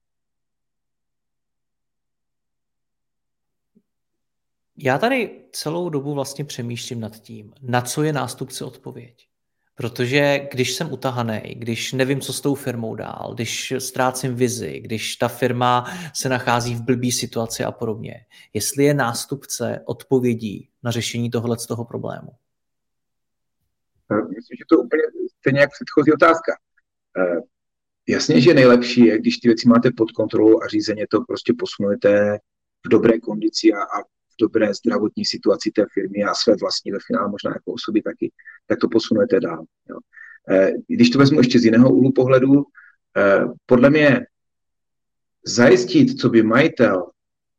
Speaker 1: Já tady celou dobu vlastně přemýšlím nad tím, na co je nástupce odpověď. Protože když jsem utahanej, když nevím, co s tou firmou dál, když ztrácím vizi, když ta firma se nachází v blbý situaci a podobně, jestli je nástupce odpovědí na řešení tohle z toho problému?
Speaker 2: Myslím, že to je úplně stejně jak předchozí otázka. Jasně, že nejlepší je, když ty věci máte pod kontrolou a řízeně to prostě posunujete v dobré kondici a, a dobré zdravotní situaci té firmy a své vlastní ve finále možná jako osoby taky, tak to posunujete dál. Jo. Když to vezmu ještě z jiného úhlu pohledu, podle mě zajistit, co by majitel,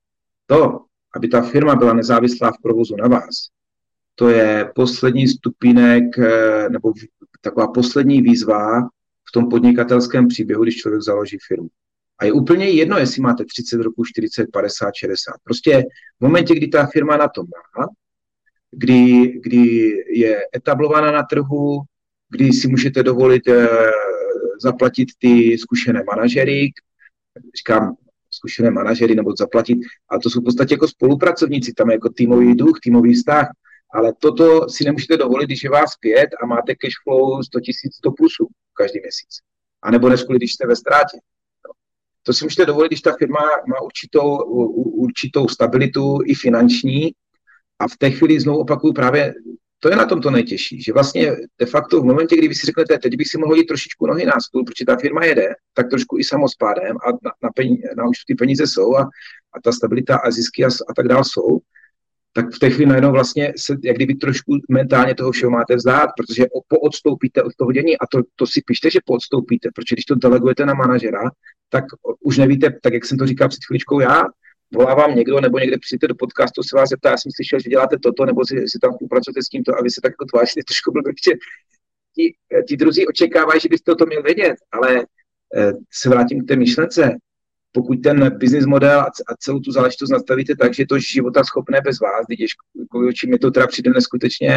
Speaker 2: to, aby ta firma byla nezávislá v provozu na vás, to je poslední stupínek nebo taková poslední výzva v tom podnikatelském příběhu, když člověk založí firmu. A je úplně jedno, jestli máte třicet roků, čtyřicet, padesát, šedesát. Prostě v momentě, kdy ta firma na to má, kdy, kdy je etablovaná na trhu, kdy si můžete dovolit eh, zaplatit ty zkušené manažery, říkám zkušené manažery nebo zaplatit, ale to jsou v podstatě jako spolupracovníci, tam je jako týmový duch, týmový vztah, ale toto si nemůžete dovolit, když je vás pět a máte cash flow sto tisíc do plusu každý měsíc. A nebo než když jste ve ztrátě. To si můžete dovolit, když ta firma má určitou, určitou stabilitu i finanční a v té chvíli znovu opakuju právě, to je na tom to nejtěžší, že vlastně de facto v momentě, kdy vy si řeknete, teď bych si mohl hodit trošičku nohy na stůl, protože ta firma jede, tak trošku i samospádem a na, na, peníze, na už ty peníze jsou a, a ta stabilita a zisky a, a tak dál jsou, tak v té chvíli najednou vlastně se, jak kdyby trošku mentálně toho všeho máte vzdát, protože poodstoupíte od toho dění a to, to si pište, že poodstoupíte, protože když to delegujete na manažera, tak už nevíte, tak jak jsem to říkal před chvíličkou já, volá vám někdo nebo někde přijďte do podcastu, se vás zeptá, já jsem slyšel, že děláte toto, nebo si, si tam spolupracujete s tímto a vy se tak jako tváříte trošku blbě, že ti, ti druzí očekávají, že byste o tom měl vědět, ale eh, se vrátím k té myšlence. Pokud ten business model a celou tu záležitost nastavíte tak, že je to života schopné bez vás, když očím mi to teda přijde neskutečně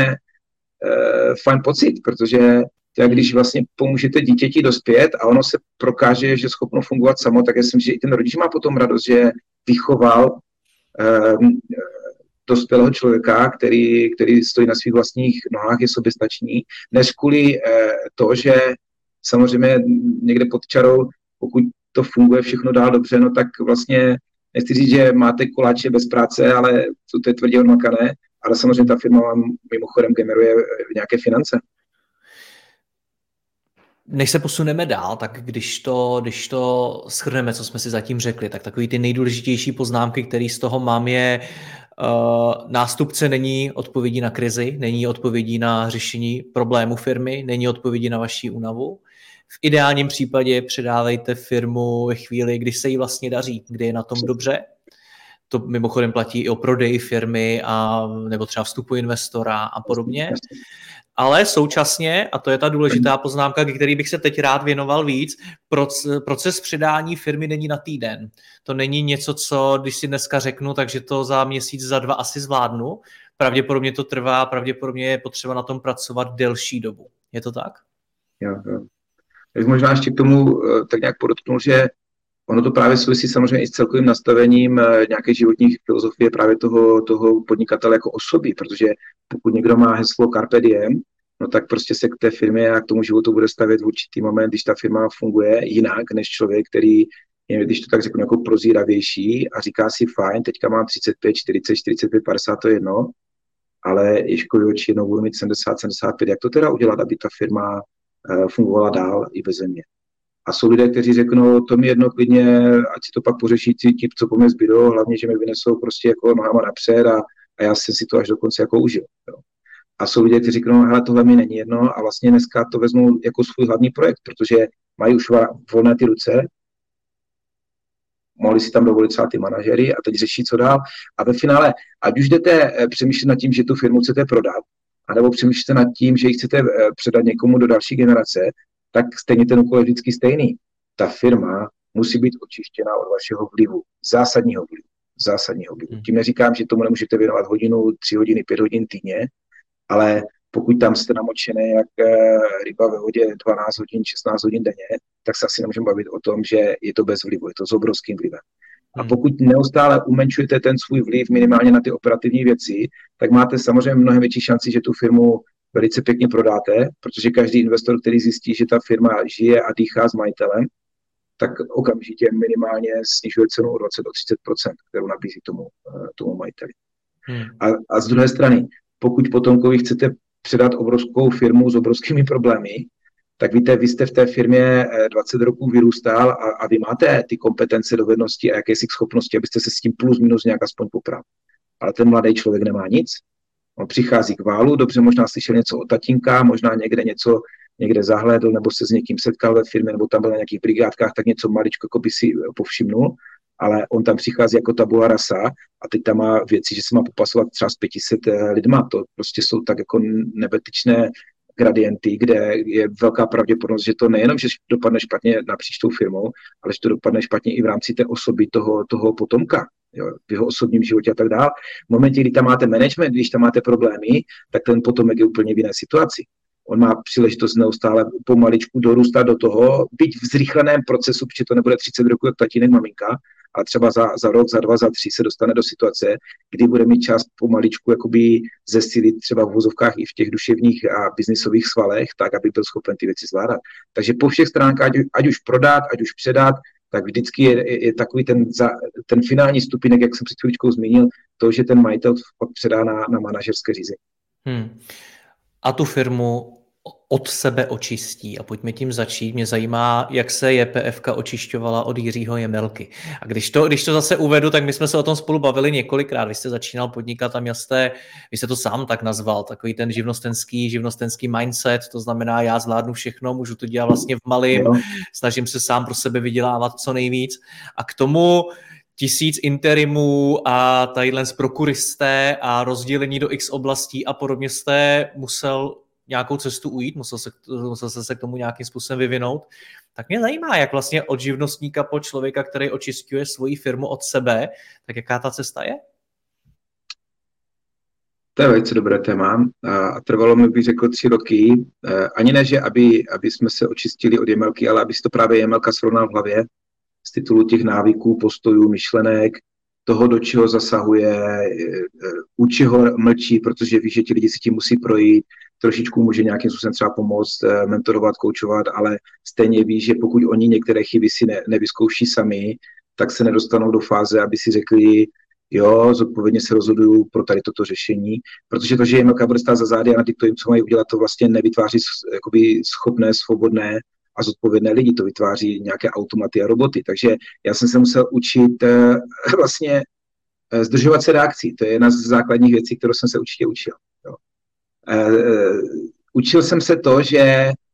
Speaker 2: uh, fajn pocit, protože tak, když vlastně pomůžete dítěti dospět a ono se prokáže, že je schopno fungovat samo, tak já si myslím, že i ten rodič má potom radost, že vychoval um, dospělého člověka, který, který stojí na svých vlastních nohách, je soběstačný, než kvůli uh, to, že samozřejmě někde pod čarou, pokud to funguje všechno dál dobře, no tak vlastně nechci říct, že máte koláče bez práce, ale to je tvrdě odmakané, ale samozřejmě ta firma vám mimochodem generuje nějaké finance.
Speaker 1: Než se posuneme dál, tak když to, když to shrneme, co jsme si zatím řekli, tak takový ty nejdůležitější poznámky, které z toho mám, je uh, nástupce není odpovědí na krizi, není odpovědí na řešení problému firmy, není odpovědí na vaši únavu. V ideálním případě předávejte firmu ve chvíli, kdy se jí vlastně daří, kdy je na tom dobře. to mimochodem platí i o prodeji firmy a nebo třeba vstupu investora a podobně. Ale současně, a to je ta důležitá poznámka, ke který bych se teď rád věnoval víc, proces předání firmy není na týden. To není něco, co, když si dneska řeknu, takže to za měsíc, za dva asi zvládnu. Pravděpodobně to trvá, pravděpodobně je potřeba na tom pracovat delší dobu. Je to tak?
Speaker 2: Jo, jo. Tak možná ještě k tomu tak nějak podotknul, že ono to právě souvisí samozřejmě i s celkovým nastavením nějaké životní filozofie právě toho, toho podnikatele jako osoby, protože pokud někdo má heslo Carpe Diem, no tak prostě se k té firmě a k tomu životu bude stavět v určitý moment, když ta firma funguje jinak než člověk, který je, když to tak řeknu, jako prozíravější a říká si fajn, teďka mám třicet pět, čtyřicet, čtyřicet pět, padesát, to je jedno, ale Ježkovi oči jednou budu mít sedmdesát, sedmdesát pět, jak to teda udělat, aby ta firma fungovala dál i bez mě. A jsou lidé, kteří řeknou, to mi jedno klidně, ať si to pak pořeší ti, co po mě zbydou, hlavně, že mi vynesou prostě jako nohama napřed a, a já jsem si to až dokonce jako užil. Jo. A jsou lidé, kteří řeknou, hele, tohle mi není jedno a vlastně dneska to vezmou jako svůj hlavní projekt, protože mají už volné ty ruce, mohli si tam dovolit třeba ty manažery a teď řeší, co dál. A ve finále, ať už jdete přemýšlet nad tím, že tu firmu chcete prodat, anebo přemýšlíte nad tím, že ji chcete předat někomu do další generace, tak stejně ten úkol je vždycky stejný. Ta firma musí být očištěná od vašeho vlivu, zásadního vlivu. Zásadního vlivu. Tím neříkám, že tomu nemůžete věnovat hodinu, tři hodiny, pět hodin týdně, ale pokud tam jste namočené jak ryba ve vodě dvanáct hodin, šestnáct hodin denně, tak se asi nemůžeme bavit o tom, že je to bez vlivu, je to s obrovským vlivem. A pokud neustále umenšujete ten svůj vliv minimálně na ty operativní věci, tak máte samozřejmě mnohem větší šanci, že tu firmu velice pěkně prodáte, protože každý investor, který zjistí, že ta firma žije a dýchá s majitelem, tak okamžitě minimálně snižuje cenu o dvacet do třicet procent, kterou nabízí tomu, tomu majiteli. Hmm. A, a z druhé strany, pokud potomkovi chcete předat obrovskou firmu s obrovskými problémy, tak víte, vy jste v té firmě dvacet roků vyrůstal a, a vy máte ty kompetence, dovednosti a jakési schopnosti, abyste se s tím plus minus nějak aspoň popravili. Ale ten mladý člověk nemá nic. On přichází k válu, dobře, možná slyšel něco od tatínka, možná někde něco někde zahlédl, nebo se s někým setkal ve firmě, nebo tam byl na nějakých brigádkách, tak něco maličko jako by si povšimnul, ale on tam přichází jako tabula rasa a teď tam má věci, že se má popasovat třeba s pěti set lidma. To prostě jsou tak jako nebetyčné gradienty, kde je velká pravděpodobnost, že to nejenom, že dopadne špatně napříč tou firmou, ale že to dopadne špatně i v rámci té osoby toho, toho potomka, jo, v jeho osobním životě a tak dále. V momentě, kdy tam máte management, když tam máte problémy, tak ten potomek je úplně v jiné situaci. On má příležitost neustále pomaličku dorůstat do toho, byť v zrychleném procesu, protože to nebude třicet roků jak tatínek, maminka, a třeba za, za rok, za dva, za tři se dostane do situace, kdy bude mít čas pomaličku jakoby zesílit třeba v vozovkách i v těch duševních a biznisových svalech, tak, aby byl schopen ty věci zvládat. Takže po všech stránkách, ať, ať už prodat, ať už předat, tak vždycky je, je, je takový ten, za, ten finální stupinek, jak jsem před chvíličkou zmínil, to, že ten majitel předá na, na manažerské řízení. Hmm.
Speaker 1: A tu firmu od sebe očistí. A pojďme tím začít. Mě zajímá, jak se J P F ka očišťovala od Jiřího Jemelky. A když to, když to zase uvedu, tak my jsme se o tom spolu bavili několikrát. Vy jste začínal podnikat a měl jste, vy jste to sám tak nazval, takový ten živnostenský, živnostenský mindset, to znamená, já zvládnu všechno, můžu to dělat vlastně v malým, no. Snažím se sám pro sebe vydělávat co nejvíc. A k tomu tisíc interimů a tadyhle z prokuristé a rozdělení do x oblastí a podobně jste musel nějakou cestu ujít, musel se, musel se k tomu nějakým způsobem vyvinout. Tak mě zajímá, jak vlastně od živnostníka po člověka, který očisťuje svoji firmu od sebe, tak jaká ta cesta je?
Speaker 2: To je velice dobré téma a trvalo mi, bych řekl, tři roky. Ani ne, že aby, aby jsme se očistili od Jemelky, ale aby si to právě Jemelka srovnal v hlavě z titulu těch návyků, postojů, myšlenek, toho, do čeho zasahuje, u čeho mlčí, protože ví, že ti lidi si tím musí projít, trošičku může nějakým způsobem třeba pomoct, mentorovat, koučovat, ale stejně ví, že pokud oni některé chyby si ne, nevyzkouší sami, tak se nedostanou do fáze, aby si řekli, jo, zodpovědně se rozhoduju pro tady toto řešení, protože to, že Jemelka bude stát za zády a nadiktuje jim, co mají udělat, to vlastně nevytváří jakoby schopné, svobodné a zodpovědné lidi, to vytváří nějaké automaty a roboty. Takže já jsem se musel učit uh, vlastně uh, zdržovat se reakcí. To je jedna z základních věcí, kterou jsem se určitě učil. Jo. Uh, uh, učil jsem se to, že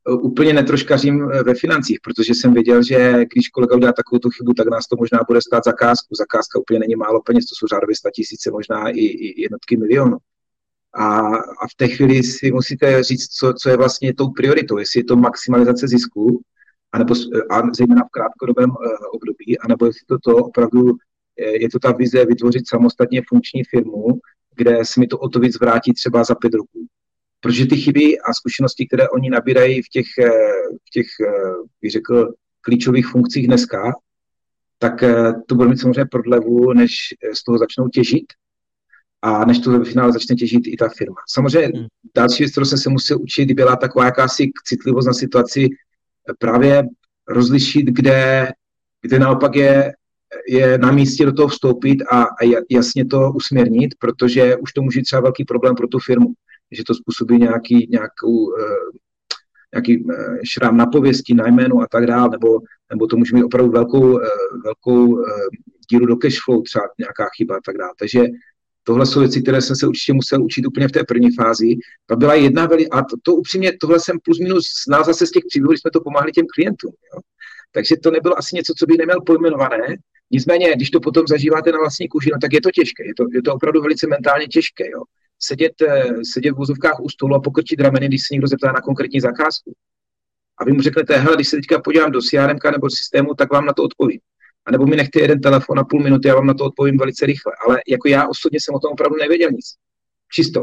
Speaker 2: úplně netroškařím ve financích, protože jsem věděl, že když kolega udělá takovou tu chybu, tak nás to možná bude stát zakázku. Zakázka úplně není málo peněz, to jsou řádově statisíce, možná i, i jednotky milionů. A, a v té chvíli si musíte říct, co, co je vlastně tou prioritou, jestli je to maximalizace zisku, anebo, a zejména v krátkodobém uh, období, anebo jestli to, to opravdu je to ta vize vytvořit samostatně funkční firmu, kde se mi to o to víc vrátí třeba za pět roků. Protože ty chyby a zkušenosti, které oni nabírají v těch, v těch bych řekl, klíčových funkcích dneska, tak to bude mít samozřejmě prodlevu, než z toho začnou těžit a než to ve finále začne těžit i ta firma. Samozřejmě hmm. další věc, kterou jsem se musel učit, byla taková jakási citlivost na situaci, právě rozlišit, kde, kde naopak je, je na místě do toho vstoupit a, a jasně to usměrnit, protože už to může třeba velký problém pro tu firmu, že to způsobí nějaký, nějakou, uh, nějaký uh, šrám na pověsti, na jménu a tak dále, nebo, nebo to může mít opravdu velkou, uh, velkou uh, díru do cashflow, třeba nějaká chyba a tak dále. Takže tohle jsou věci, které jsem se určitě musel učit úplně v té první fázi. To byla jedna veli, a to, to upřímně, tohle jsem plus minus znal zase z těch příběhů, když jsme to pomáhali těm klientům. Jo. Takže to nebylo asi něco, co bych neměl pojmenované. Nicméně, když to potom zažíváte na vlastní kůži, no, tak je to těžké. Je to, je to opravdu velice mentálně těžké. Jo. Sedět, sedět v vozovkách u stolu a pokrčit rameny, když se někdo zeptá na konkrétní zakázku. A vy mu řeknete, hele, když se teďka podívám do C R M nebo systému, tak vám na to odpovím. A nebo mi nechte jeden telefon na půl minuty, já vám na to odpovím velice rychle. Ale jako já osobně jsem o tom opravdu nevěděl nic. Čisto.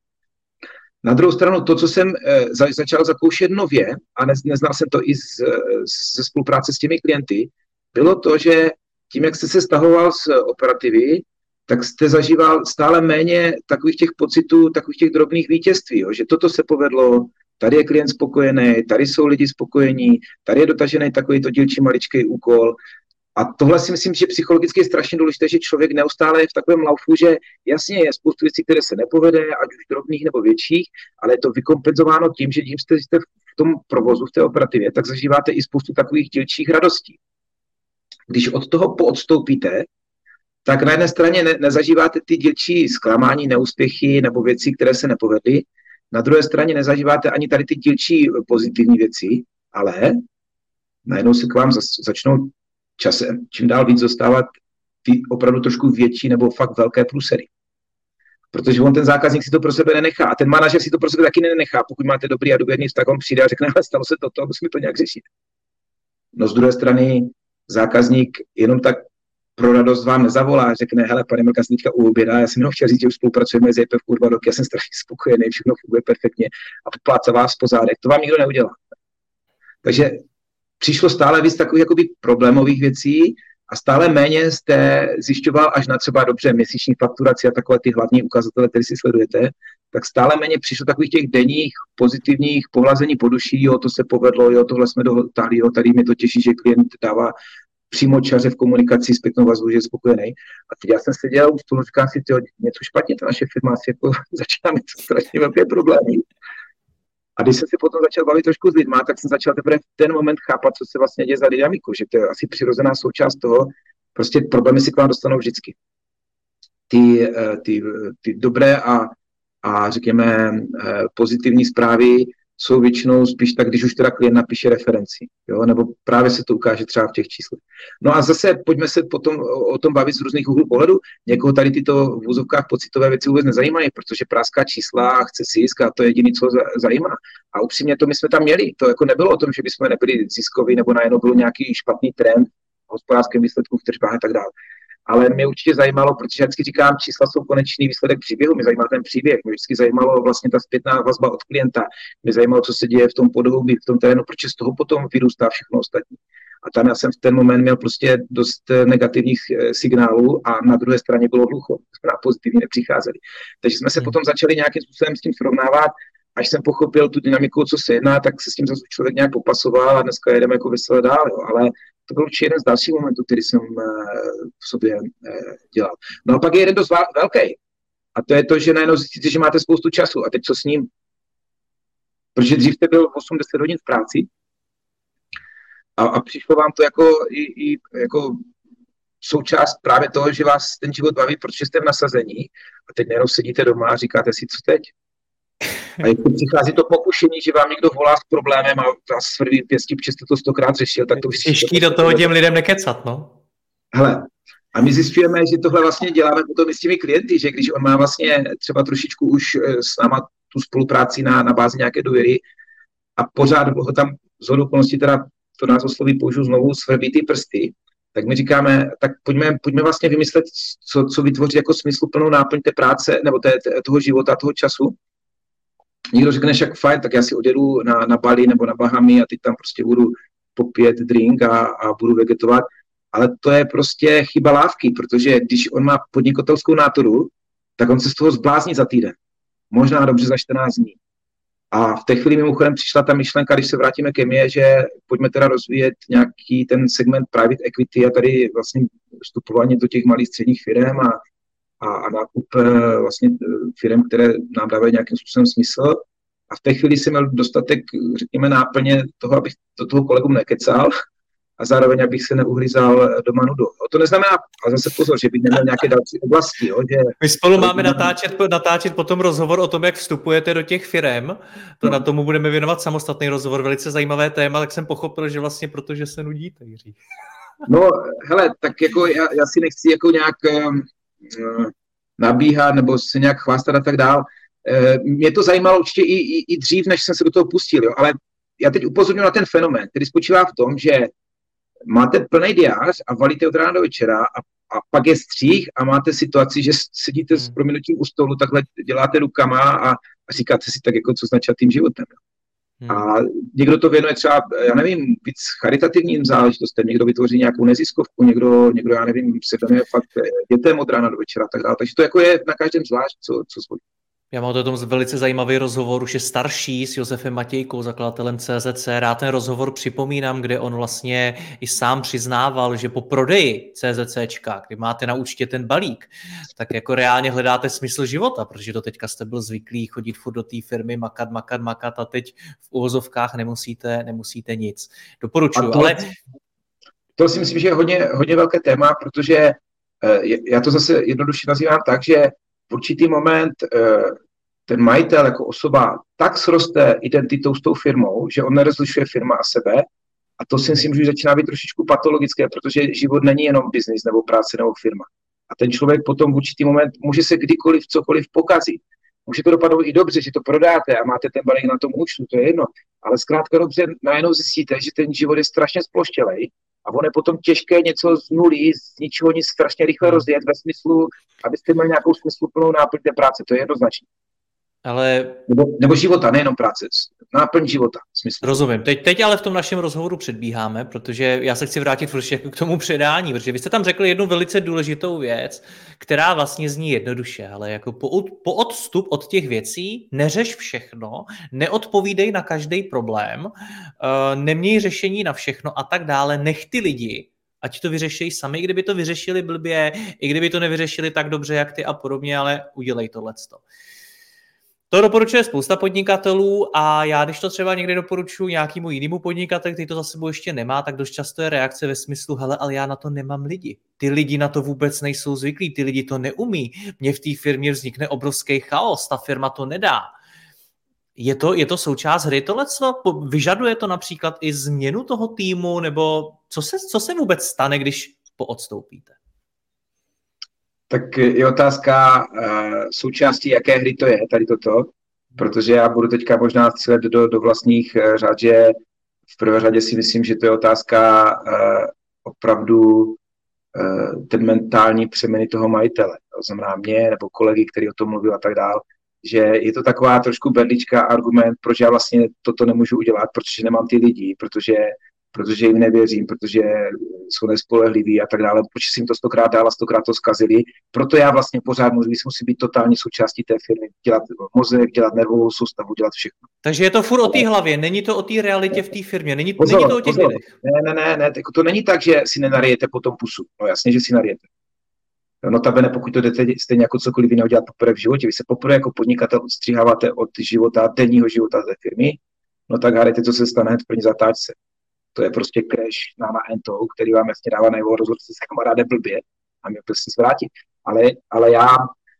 Speaker 2: Na druhou stranu, to, co jsem e, za, začal zakoušet nově, a ne, neznal jsem to i z, ze spolupráce s těmi klienty, bylo to, že tím, jak jste se stahoval z operativy, tak jste zažíval stále méně takových těch pocitů, takových těch drobných vítězství, jo? Že toto se povedlo, tady je klient spokojený, tady jsou lidi spokojení, tady je dotažený takovýto dílčí maličký úkol. A tohle si myslím, že psychologicky je strašně důležité, že člověk neustále je v takovém laufu, že jasně je spoustu věcí, které se nepovede, ať už drobných nebo větších, ale je to vykompenzováno tím, že tím jste, jste v tom provozu, v té operativě, tak zažíváte i spoustu takových dílčích radostí. Když od toho poodstoupíte, tak na jedné straně ne, nezažíváte ty dílčí zklamání, neúspěchy nebo věci, které se nepovedly, na druhé straně nezažíváte ani tady ty dílčí pozitivní věci, ale najednou se k vám začnou časem čím dál víc dostávat ty opravdu trošku větší nebo fakt velké průsery. Protože on ten zákazník si to pro sebe nenechá a ten manažer si to pro sebe taky nenechá. Pokud máte dobrý a důvěrný vztah, on přijde a řekne, ale stalo se toto, musíme to nějak řešit. No z druhé strany zákazník jenom tak pro radost vám nezavolá, řekne, hele, pane Melka, jsem teďka u oběda, já jsem jenom chtěl říct, že už spolupracujeme s J P v dva roky, já jsem strašně spokojený, všechno funguje perfektně a popláca vás po zádech. To vám nikdo neudělá. Takže přišlo stále víc takových jakoby problémových věcí a stále méně jste zjišťoval až na třeba dobře měsíční fakturaci a takové ty hlavní ukazatele, které si sledujete, tak stále méně přišlo takových těch denních pozitivních pohlazení po duši, jo, to se povedlo, jo, tohle jsme dotáhli, jo, tady mi to těší, že klient dává přímo čaře v komunikaci s pěknou vazbou, že je spokojený. A teď já jsem seděl u stolu, říkám si, tyjo, něco špatně, ta naše firma asi jako začíná mít strašně velké problémy. A když jsem se potom začal bavit trošku s lidma, tak jsem začal teprve v ten moment chápat, co se vlastně děje za dynamiku, že to je asi přirozená součást toho, prostě problémy si k vám dostanou vždycky. Ty, ty, ty dobré a, a řekněme pozitivní zprávy jsou většinou spíš tak, když už teda klient napíše referenci, jo? Nebo právě se to ukáže třeba v těch číslech. No a zase pojďme se potom o tom bavit z různých úhlů pohledu. Někoho tady tyto v úzovkách pocitové věci vůbec nezajímají, protože práská čísla, chce zisk a to je jediné, co zajímá. A upřímně to my jsme tam měli. To jako nebylo o tom, že bychom nebyli ziskoví nebo najednou byl nějaký špatný trend v hospodářském výsledku v tržbách a tak dále. Ale mě určitě zajímalo, protože vždycky říkám, čísla jsou konečný výsledek příběhu, mě zajímá ten příběh, mě vždycky zajímalo vlastně ta zpětná vazba od klienta, mě zajímalo, co se děje v tom podhoubí, v tom terénu, protože z toho potom vyrůstá všechno ostatní. A tam já jsem v ten moment měl prostě dost negativních signálů a na druhé straně bylo hlucho, zpráv pozitivní nepřicházely. Takže jsme se potom začali nějakým způsobem s tím srovnávat, až jsem pochopil tu dynamiku, co se jedná, tak se s tím zase člověk nějak popasoval a dneska jedeme jako veselé dál, jo. Ale to byl určitě jeden z dalších momentů, který jsem v sobě dělal. No a pak je jeden dost velký. A to je to, že najednou zjistíte, že máte spoustu času. A teď co s ním? Protože dřív jste byl osm deset hodin v práci a, a přišlo vám to jako, i, i, jako součást právě toho, že vás ten život baví, protože jste v nasazení. A teď najednou sedíte doma a říkáte si, co teď? A jak přichází to pokušení, že vám někdo volá s problémem a vás svrdí pěstí, protože jste to stokrát řešil, tak to vystříte.
Speaker 1: Těžký do toho těm lidem nekecat, no.
Speaker 2: Hele, a my zjistujeme, že tohle vlastně děláme potom i s těmi klienty, že když on má vlastně třeba trošičku už s náma tu spolupráci na, na bázi nějaké důvěry a pořád ho tam z hodou okolností, teda to nás osloví, použiju znovu, svrbí ty prsty, tak my říkáme, tak pojďme, pojďme vlastně vymyslet, co, co vytvoří jako smysluplnou náplň té práce, nebo té, té, toho života, toho času. Někdo řekne, však fajn, tak já si odjedu na, na Bali nebo na Bahamy a teď tam prostě budu popít drink a, a budu vegetovat. Ale to je prostě chyba lávky, protože když on má podnikatelskou náturu, tak on se z toho zblázní za týden. Možná dobře za čtrnáct dní. A v té chvíli mimochodem přišla ta myšlenka, když se vrátíme ke mně, že pojďme teda rozvíjet nějaký ten segment private equity a tady vlastně vstupování do těch malých středních firm a, a, a nákup vlastně firm, které nám dávají nějakým způsobem smysl. A v té chvíli jsem měl dostatek, řekněme, náplně toho, abych do toho kolegům nekecal a zároveň abych se neuhryzal doma nudu. To neznamená, a zase pozor, že bych neměl nějaké další oblasti. Jo, že...
Speaker 1: My spolu máme natáčet, natáčet potom rozhovor o tom, jak vstupujete do těch firem. To no. Na tomu budeme věnovat samostatný rozhovor, velice zajímavé téma, tak jsem pochopil, že vlastně protože se nudíte, Jiří.
Speaker 2: No, hele, tak jako já, já si nechci jako nějak uh, nabíhat nebo se nějak chvástat a tak dál. Uh, mě to zajímalo určitě i, i, i dřív, než jsem se do toho pustil, jo, ale já teď upozorňuji na ten fenomén, který spočívá v tom, že máte plný diář a valíte od rána do večera a, a pak je střih a máte situaci, že sedíte hmm. s prominutím u stolu, takhle děláte rukama a, a říkáte si tak jako co značí tím životem. Hmm. A někdo to věnuje třeba, já nevím, víc charitativním záležitostem, někdo vytvoří nějakou neziskovku, někdo, někdo já nevím, se věnuje fakt dětem od rána do večera a tak dále. Takže to jako je na každém zvlášť, co, co zvolí.
Speaker 1: Já mám o tom velice zajímavý rozhovor, už je starší, s Josefem Matějkou, zakladatelem C Z C. Rád ten rozhovor připomínám, kde on vlastně i sám přiznával, že po prodeji CZCčka, kdy máte na účtě ten balík, tak jako reálně hledáte smysl života, protože do teďka jste byl zvyklý chodit furt do té firmy, makat, makat, makat a teď v uvozovkách nemusíte, nemusíte nic. Doporučuji,
Speaker 2: to,
Speaker 1: ale...
Speaker 2: To si myslím, že je hodně, hodně velké téma, protože já to zase jednoduše nazývám tak, že v určitý moment ten majitel jako osoba tak sroste identitou s tou firmou, že on nerozlišuje firma a sebe. A to si myslím, že začíná být trošičku patologické, protože život není jenom biznis nebo práce nebo firma. A ten člověk potom v určitý moment může se kdykoliv cokoliv pokazit. Může to dopadnout i dobře, že to prodáte a máte ten balík na tom účtu, to je jedno. Ale zkrátka dobře najednou zjistíte, že ten život je strašně sploštělej. A ono je potom těžké něco z nuly, z ničeho nic strašně rychle rozjet ve smyslu, abyste měli nějakou smysluplnou náplň té práce. To je jednoznačné.
Speaker 1: Ale...
Speaker 2: Nebo, nebo života, nejenom práce. Náplň života. Smysl.
Speaker 1: Rozumím. Teď, teď ale v tom našem rozhovoru předbíháme, protože já se chci vrátit prostě k tomu předání, protože vy jste tam řekli jednu velice důležitou věc, která vlastně zní jednoduše, ale jako po, po odstup od těch věcí neřeš všechno, neodpovídej na každý problém, uh, neměj řešení na všechno a tak dále, nech ty lidi, ať to vyřeší sami, i kdyby to vyřešili blbě, i kdyby to nevyřešili tak dobře, jak ty a podobně, ale udělej tohleto. To doporučuje spousta podnikatelů a já, když to třeba někdy doporučuji nějakému jinému podnikateli, který to za sebou ještě nemá, tak dost často je reakce ve smyslu, hele, ale já na to nemám lidi. Ty lidi na to vůbec nejsou zvyklí, ty lidi to neumí. Mně v té firmě vznikne obrovský chaos, ta firma to nedá. Je to, je to součást hry tohleto? Vyžaduje to například i změnu toho týmu, nebo co se, co se vůbec stane, když poodstoupíte?
Speaker 2: Tak je otázka uh, součástí, jaké hry to je, tady toto, protože já budu teďka možná střílet do, do vlastních uh, řád, že v prvé řadě si myslím, že to je otázka uh, opravdu uh, ten mentální přeměny toho majitele, to znamená mě nebo kolegy, který o tom mluvil a tak dál, že je to taková trošku berlička argument, proč já vlastně toto nemůžu udělat, protože nemám ty lidi, protože protože jim nevěřím, protože jsou nespolehliví a tak dále, protože si jim to stokrát dál a stokrát to zkazili. Proto já vlastně pořád musím, musím být totální součástí té firmy, dělat mozek, dělat nervovou soustavu, dělat všechno.
Speaker 1: Takže je to furt o té hlavě, není to o té realitě v té firmě, není, pozor, není to o těch lidech.
Speaker 2: Ne, ne, ne, ne, to není tak, že si nenarijete potom pusu. No jasně, že si narijete. Notabene, pokud to jdete stejně jako cokoliv jiného dělat poprvé v životě, vy se poprvé jako podnikatel odstříháváte od života, denního života té firmy, no tak hádejte, co se stane hned v první zatáčce. To je prostě crash na na ento, který vám jasně dává najevo rozhodce s kamarádem blbě a mě prostě zvrátit. Ale, ale já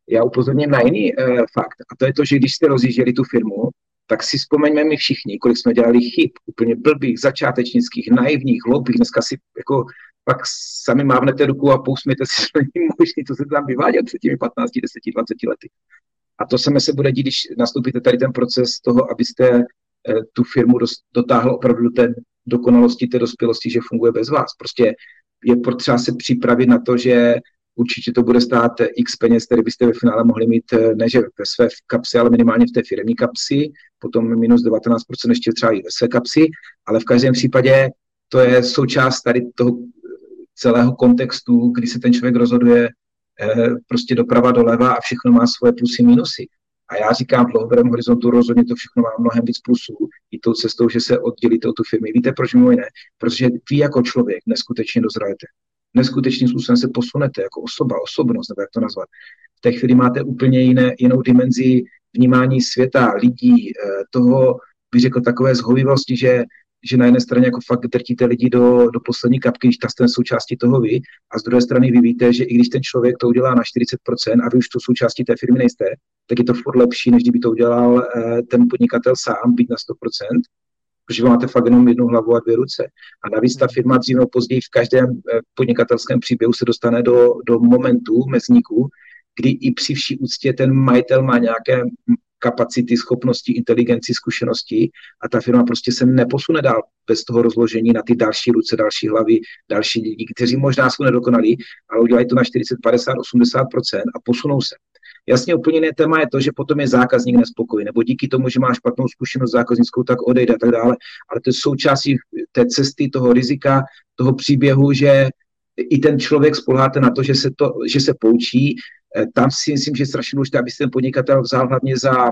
Speaker 2: já upozorním na jiný uh, fakt. A to je to, že když jste rozjížděli tu firmu, tak si vzpomeňme my všichni, kolik jsme dělali chyb, úplně blbých, začátečnických, naivních, hloupých. Dneska si jako pak sami mávnete ruku a pousmějte si, že není možný, co se tam vyváděl před těmi patnácti, deseti, dvaceti lety. A to samé se bude dít, když nastoupíte tady ten proces toho, abyste uh, tu firmu dos- dotáhl opravdu do té dokonalosti, té dospělosti, že funguje bez vás. Prostě je potřeba se připravit na to, že určitě to bude stát x peněz, které byste ve finále mohli mít ne že ve své kapsi, ale minimálně v té firemní kapsi, potom minus devatenáct procent ještě třeba i ve své kapsi, ale v každém případě to je součást tady toho celého kontextu, kdy se ten člověk rozhoduje eh, prostě doprava, doleva a všechno má svoje plusy, minusy. A já říkám, v dlouhodobém horizontu rozhodně to všechno má mnohem víc plusů i tou cestou, že se oddělíte od tu firmy. Víte, proč mimo jiné? Protože vy jako člověk neskutečně dozrajete. Neskutečným způsobem se posunete jako osoba, osobnost, nebo jak to nazvat. V té chvíli máte úplně jiné, jinou dimenzi vnímání světa, lidí, toho, bych řekl, takové zhovivosti, že, že na jedné straně jako fakt drtíte lidi do, do poslední kapky, když ta jste součástí toho vy, a z druhé strany vy víte, že i když ten člověk to udělá na čtyřicet procent a vy už tu součástí té firmy nejste, tak je to furt lepší, než kdyby to udělal ten podnikatel sám, být na sto procent, protože máte fakt jenom jednu hlavu a dvě ruce. A navíc ta firma dříve nebo později v každém podnikatelském příběhu se dostane do, do momentu, mezníku, kdy i při vší úctě ten majitel má nějaké kapacity, schopnosti, inteligenci, zkušenosti a ta firma prostě se neposune dál bez toho rozložení na ty další ruce, další hlavy, další lidi, kteří možná jsou nedokonalí, ale udělají to na čtyřicet, padesát, osmdesát procent a posunou se. Jasně, úplně jiné téma je to, že potom je zákazník nespokojený, nebo díky tomu, že má špatnou zkušenost zákaznickou, tak odejde a tak dále, ale to je součástí té cesty, toho rizika, toho příběhu, že i ten člověk spoléháte na to, že se, to, že se poučí. Tam si myslím, že je strašně důležité, aby se ten podnikatel vzal hlavně za,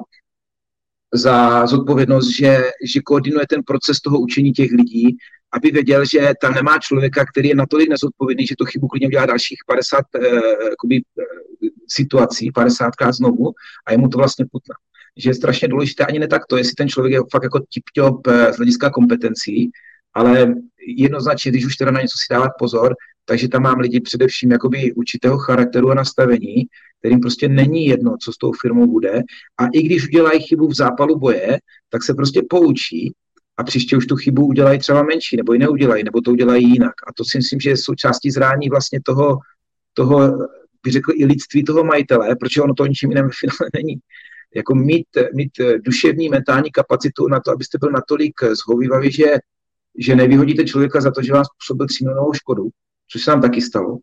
Speaker 2: za zodpovědnost, že, že koordinuje ten proces toho učení těch lidí, aby věděl, že tam nemá člověka, který je natolik nezodpovědný, že tu chybu klidně udělá dalších padesát eh, jakoby, eh, situací, padesátkrát znovu a jemu to vlastně putná. Že je strašně důležité ani ne tak to, jestli ten člověk je fakt jako tip-top eh, z hlediska kompetencí, ale jednoznačně, když už teda na něco si dávat pozor, takže tam mám lidi především jakoby určitého charakteru a nastavení, kterým prostě není jedno, co s tou firmou bude. A i když udělají chybu v zápalu boje, tak se prostě poučí a příště už tu chybu udělají třeba menší, nebo ji neudělají, nebo to udělají jinak. A to si myslím, že je součástí zrání vlastně toho, toho bych řekl, i lidství toho majitele, protože ono to ničím jiném v finále není. Jako mít, mít duševní, mentální kapacitu na to, abyste byl natolik zhovývavý, že, že nevyhodíte člověka za to, že vám způsobil tři milionovou škodu, což se nám taky stalo.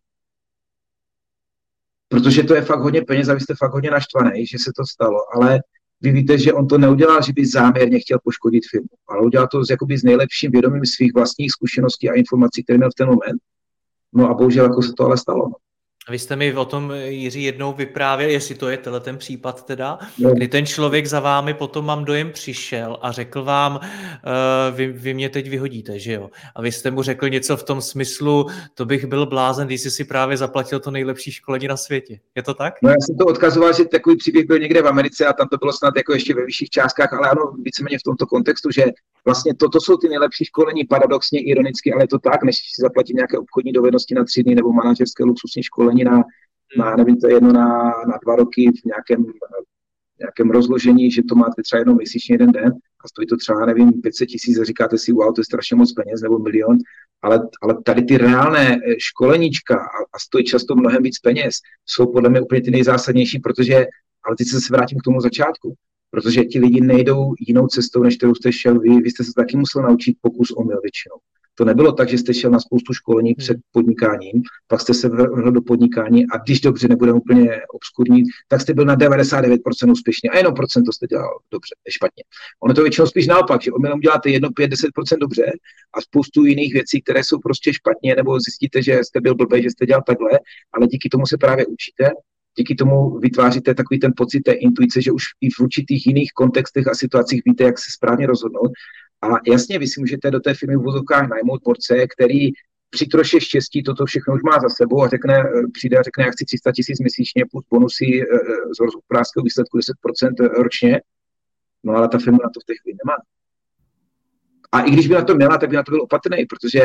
Speaker 2: Protože to je fakt hodně peněz a vy jste fakt hodně naštvaný, že se to stalo, ale vy víte, že on to neudělal, že by záměrně chtěl poškodit firmu, ale udělal to s, jakoby, s nejlepším vědomím svých vlastních zkušeností a informací, které měl v ten moment. No a bohužel jako se to ale stalo.
Speaker 1: Vy jste mi o tom, Jiří, jednou vyprávěl, jestli to je tenhle ten případ teda, no. Kdy ten člověk za vámi potom, mám dojem, přišel a řekl vám, uh, vy, vy mě teď vyhodíte, že jo? A vy jste mu řekl něco v tom smyslu, to bych byl blázen, když jsi si právě zaplatil to nejlepší školení na světě. Je to tak?
Speaker 2: No já jsem to odkazoval, že takový příběh byl někde v Americe a tam to bylo snad jako ještě ve vyšších částkách, ale ano, víceméně v tomto kontextu, že vlastně toto jsou ty nejlepší školení, paradoxně, ironicky, ale je to tak, než si zaplatit nějaké obchodní dovednosti na tři dny nebo manažerské luxusní školení na, na nevím, to je jedno na, na dva roky v nějakém, nějakém rozložení, že to máte třeba jednou měsíčně jeden den a stojí to třeba, nevím, pět set tisíc a říkáte si, wow, to je strašně moc peněz nebo milion, ale, ale tady ty reálné školeníčka a, a stojí často mnohem víc peněz, jsou podle mě úplně ty nejzásadnější, protože, ale teď se vrátím k tomu začátku, protože ti lidi nejdou jinou cestou, než kterou jste šel vy, vy jste se taky musel naučit pokus omyl většinou. To nebylo tak, že jste šel na spoustu školení před podnikáním, pak jste se vrhl do podnikání a když dobře, nebudeme úplně obskurní, tak jste byl na devadesát devět procent úspěšně a jenom procento jste dělal dobře, špatně. Ono to většinou spíš naopak, že omylem děláte jedno, pět, deset procent dobře a spoustu jiných věcí, které jsou prostě špatně, nebo zjistíte, že jste byl blbej, že jste dělal takhle, ale díky tomu se právě učíte. Díky tomu vytváříte takový ten pocit té intuice, že už i v určitých jiných kontextech a situacích víte, jak se správně rozhodnout. A jasně, vy si můžete do té firmy v vozovkách najmout borce, který při troše štěstí toto všechno už má za sebou a řekne, přijde a řekne, já chci tři sta tisíc měsíčně plus bonusy z hospodářského výsledku deset procent ročně. No ale ta firma na to v té chvíli nemá. A i když by na to měla, tak by na to byl opatrný, protože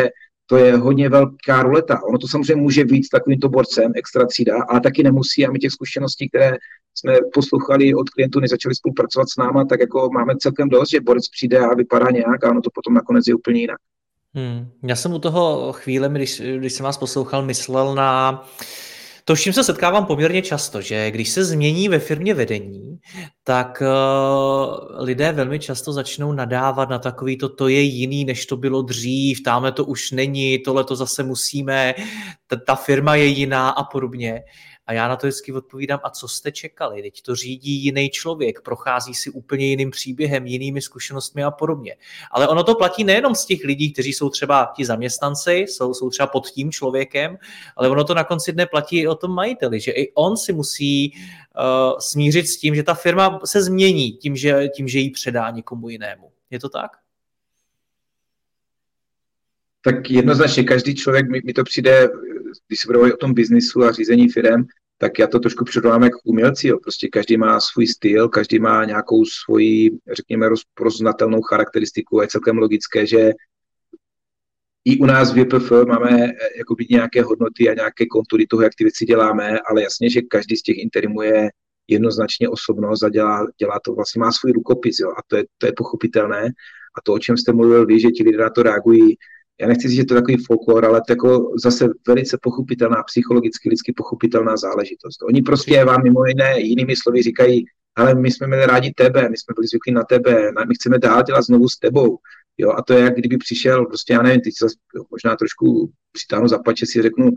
Speaker 2: to je hodně velká ruleta. Ono to samozřejmě může být takovýmto borcem, extra třída, ale taky nemusí. A my těch zkušeností, které jsme poslouchali od klientů, než začali spolupracovat s náma, tak jako máme celkem dost, že borec přijde a vypadá nějak a ono to potom nakonec je úplně jinak.
Speaker 1: Hmm. Já jsem u toho chvíle, když, když jsem vás poslouchal, myslel na to, s čím se setkávám poměrně často, že když se změní ve firmě vedení, tak uh, lidé velmi často začnou nadávat na takový to, to je jiný, než to bylo dřív, tamhle to už není, tohle to zase musíme, ta, ta firma je jiná a podobně. A já na to vždycky odpovídám, a co jste čekali? Teď to řídí jiný člověk, prochází si úplně jiným příběhem, jinými zkušenostmi a podobně. Ale ono to platí nejenom z těch lidí, kteří jsou třeba ti zaměstnanci, jsou, jsou třeba pod tím člověkem, ale ono to na konci dne platí i o tom majiteli, že i on si musí uh, smířit s tím, že ta firma se změní tím, že, tím, že ji předá někomu jinému. Je to tak?
Speaker 2: Tak jednoznačně každý člověk, mi, mi to přijde, když se budeme o tom biznisu a řízení firem, tak já to trošku přirovnám jako umělci. Jo. Prostě každý má svůj styl, každý má nějakou svoji, řekněme, rozpoznatelnou charakteristiku a je celkem logické, že i u nás v J P F máme jakoby nějaké hodnoty a nějaké kontury toho, jak ty věci děláme, ale jasně, že každý z těch interimů je jednoznačně osobnost a dělá, dělá to, vlastně má svůj rukopis, jo, a to je, to je pochopitelné. A to, o čem jste mluvil vy, že ti lidé na to reagují, já nechci říct, že to je takový folklor, ale to jako zase velice pochopitelná, psychologicky, lidsky pochopitelná záležitost. Oni prostě vám mimo jiné jinými slovy říkají, ale my jsme měli rádi tebe, my jsme byli zvyklí na tebe, my chceme dál dělat znovu s tebou. Jo, a to je, jak kdyby přišel, prostě já nevím, teď se možná trošku přitáhnu za pače, si řeknu,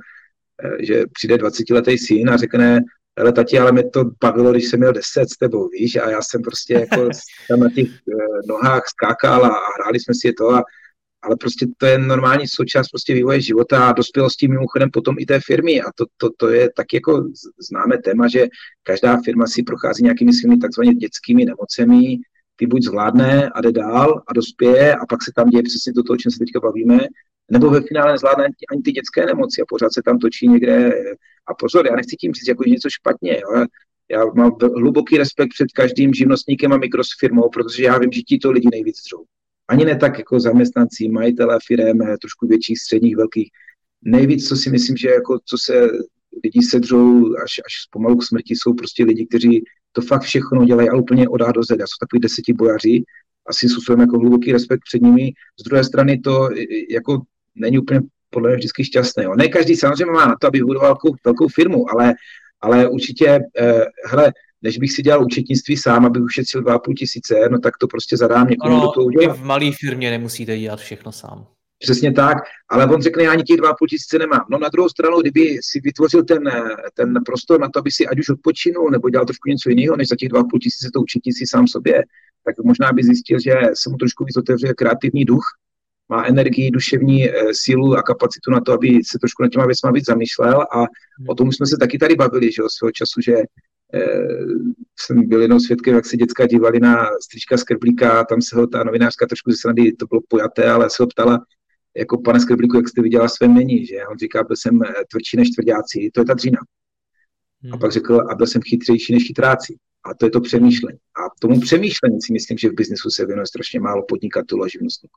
Speaker 2: že přijde dvacetiletý syn a řekne, ale tati, ale mě to bavilo, když jsem měl deset s tebou, víš, a já jsem prostě jako tam na těch nohách skákal a, a hráli jsme si je to, a, ale prostě to je normální součást prostě vývoje života a dospělosti mimochodem potom i té firmy, a to, to, to je taky jako známé téma, že každá firma si prochází nějakými svými takzvaně dětskými nemocemi, ty buď zvládne a jde dál a dospěje a pak se tam děje přesně to, o čem se teďka bavíme, nebo ve finále nezvládne ani ty dětské nemoci a pořád se tam točí někde. A pozor, já nechci tím říct jako něco špatně. Jo. Já mám hluboký respekt před každým živnostníkem a mikrofirmou, protože já vím, že ti to lidi nejvíc dřou. Ani ne tak jako zaměstnanci, majitelé firem, trošku větších, středních, velkých. Nejvíc, co si myslím, že jako co se lidi sedřou až, až pomalu k smrti, jsou prostě lidi, kteří to fakt všechno dělají a úplně od A do Z. A jsou takový deseti bojaři, asi způsobem jako hluboký respekt před nimi. Z druhé strany to jako není úplně podle mě vždycky šťastné. Jo. Ne každý samozřejmě má na to, aby budoval velkou, velkou firmu, ale, ale určitě, eh, hele, než bych si dělal účetnictví sám, abych ušetřil dva a půl tisíce, no tak to prostě zadám někomu, kdo to udělá.
Speaker 1: V malé firmě nemusíte dělat všechno sám.
Speaker 2: Přesně tak, ale on řekne, já ani těch dva a půl tisíce nemám. No na druhou stranu, kdyby si vytvořil ten, ten prostor na to, aby si ať už odpočinul nebo dělal trošku něco jiného, než za těch dva a půl tisíce to účetnictví sám sobě, tak možná by zjistil, že se mu trošku víc otevře kreativní duch, má energii, duševní e, sílu a kapacitu na to, aby se trošku nad těma věcma víc zamýšlel, a o tom jsme se taky tady bavili, že od svého času, že e, jsem byl jednou svědkem, jak se děcka dívali na Strýčka Skrblíka, tam se ho ta novinářka trošku ze srandy, to bylo pojaté, ale se ho ptala, jako pane Skrblíku, jak jste viděla své jmění, že on říká, byl jsem tvrdší než tvrdáci, to je ta dřína. Hmm. A pak řekl, a byl jsem chytřejší než chytráci. A to je to přemýšlení. A tomu přemýšlení si myslím, že v biznesu se věnuje strašně málo podnikatelů a živnostníků.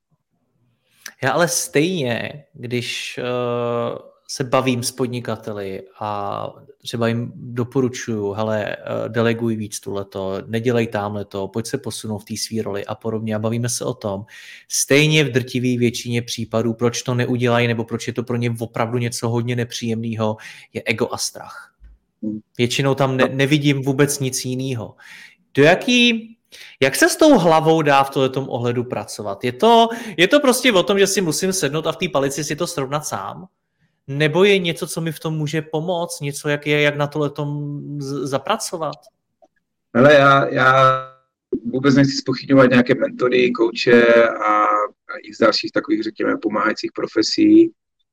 Speaker 1: Já ale stejně, když uh, se bavím s podnikateli a třeba jim doporučuju, hele, uh, deleguj víc tohleto, nedělej támhleto, pojď se posunout v té svý roli a podobně a bavíme se o tom. Stejně v drtivé většině případů, proč to neudělají nebo proč je to pro ně opravdu něco hodně nepříjemného, je ego a strach. Většinou tam ne, nevidím vůbec nic jiného. Do jaký... Jak se s tou hlavou dá v tomto ohledu pracovat? Je to, je to prostě o tom, že si musím sednout a v té palici si to srovnat sám? Nebo je něco, co mi v tom může pomoct? Něco, jak je, jak na tohletom zapracovat?
Speaker 2: Hele, já, já vůbec nechci zpochybňovat nějaké mentory, kouče a, a i z dalších takových, řekněme, pomáhajících profesí.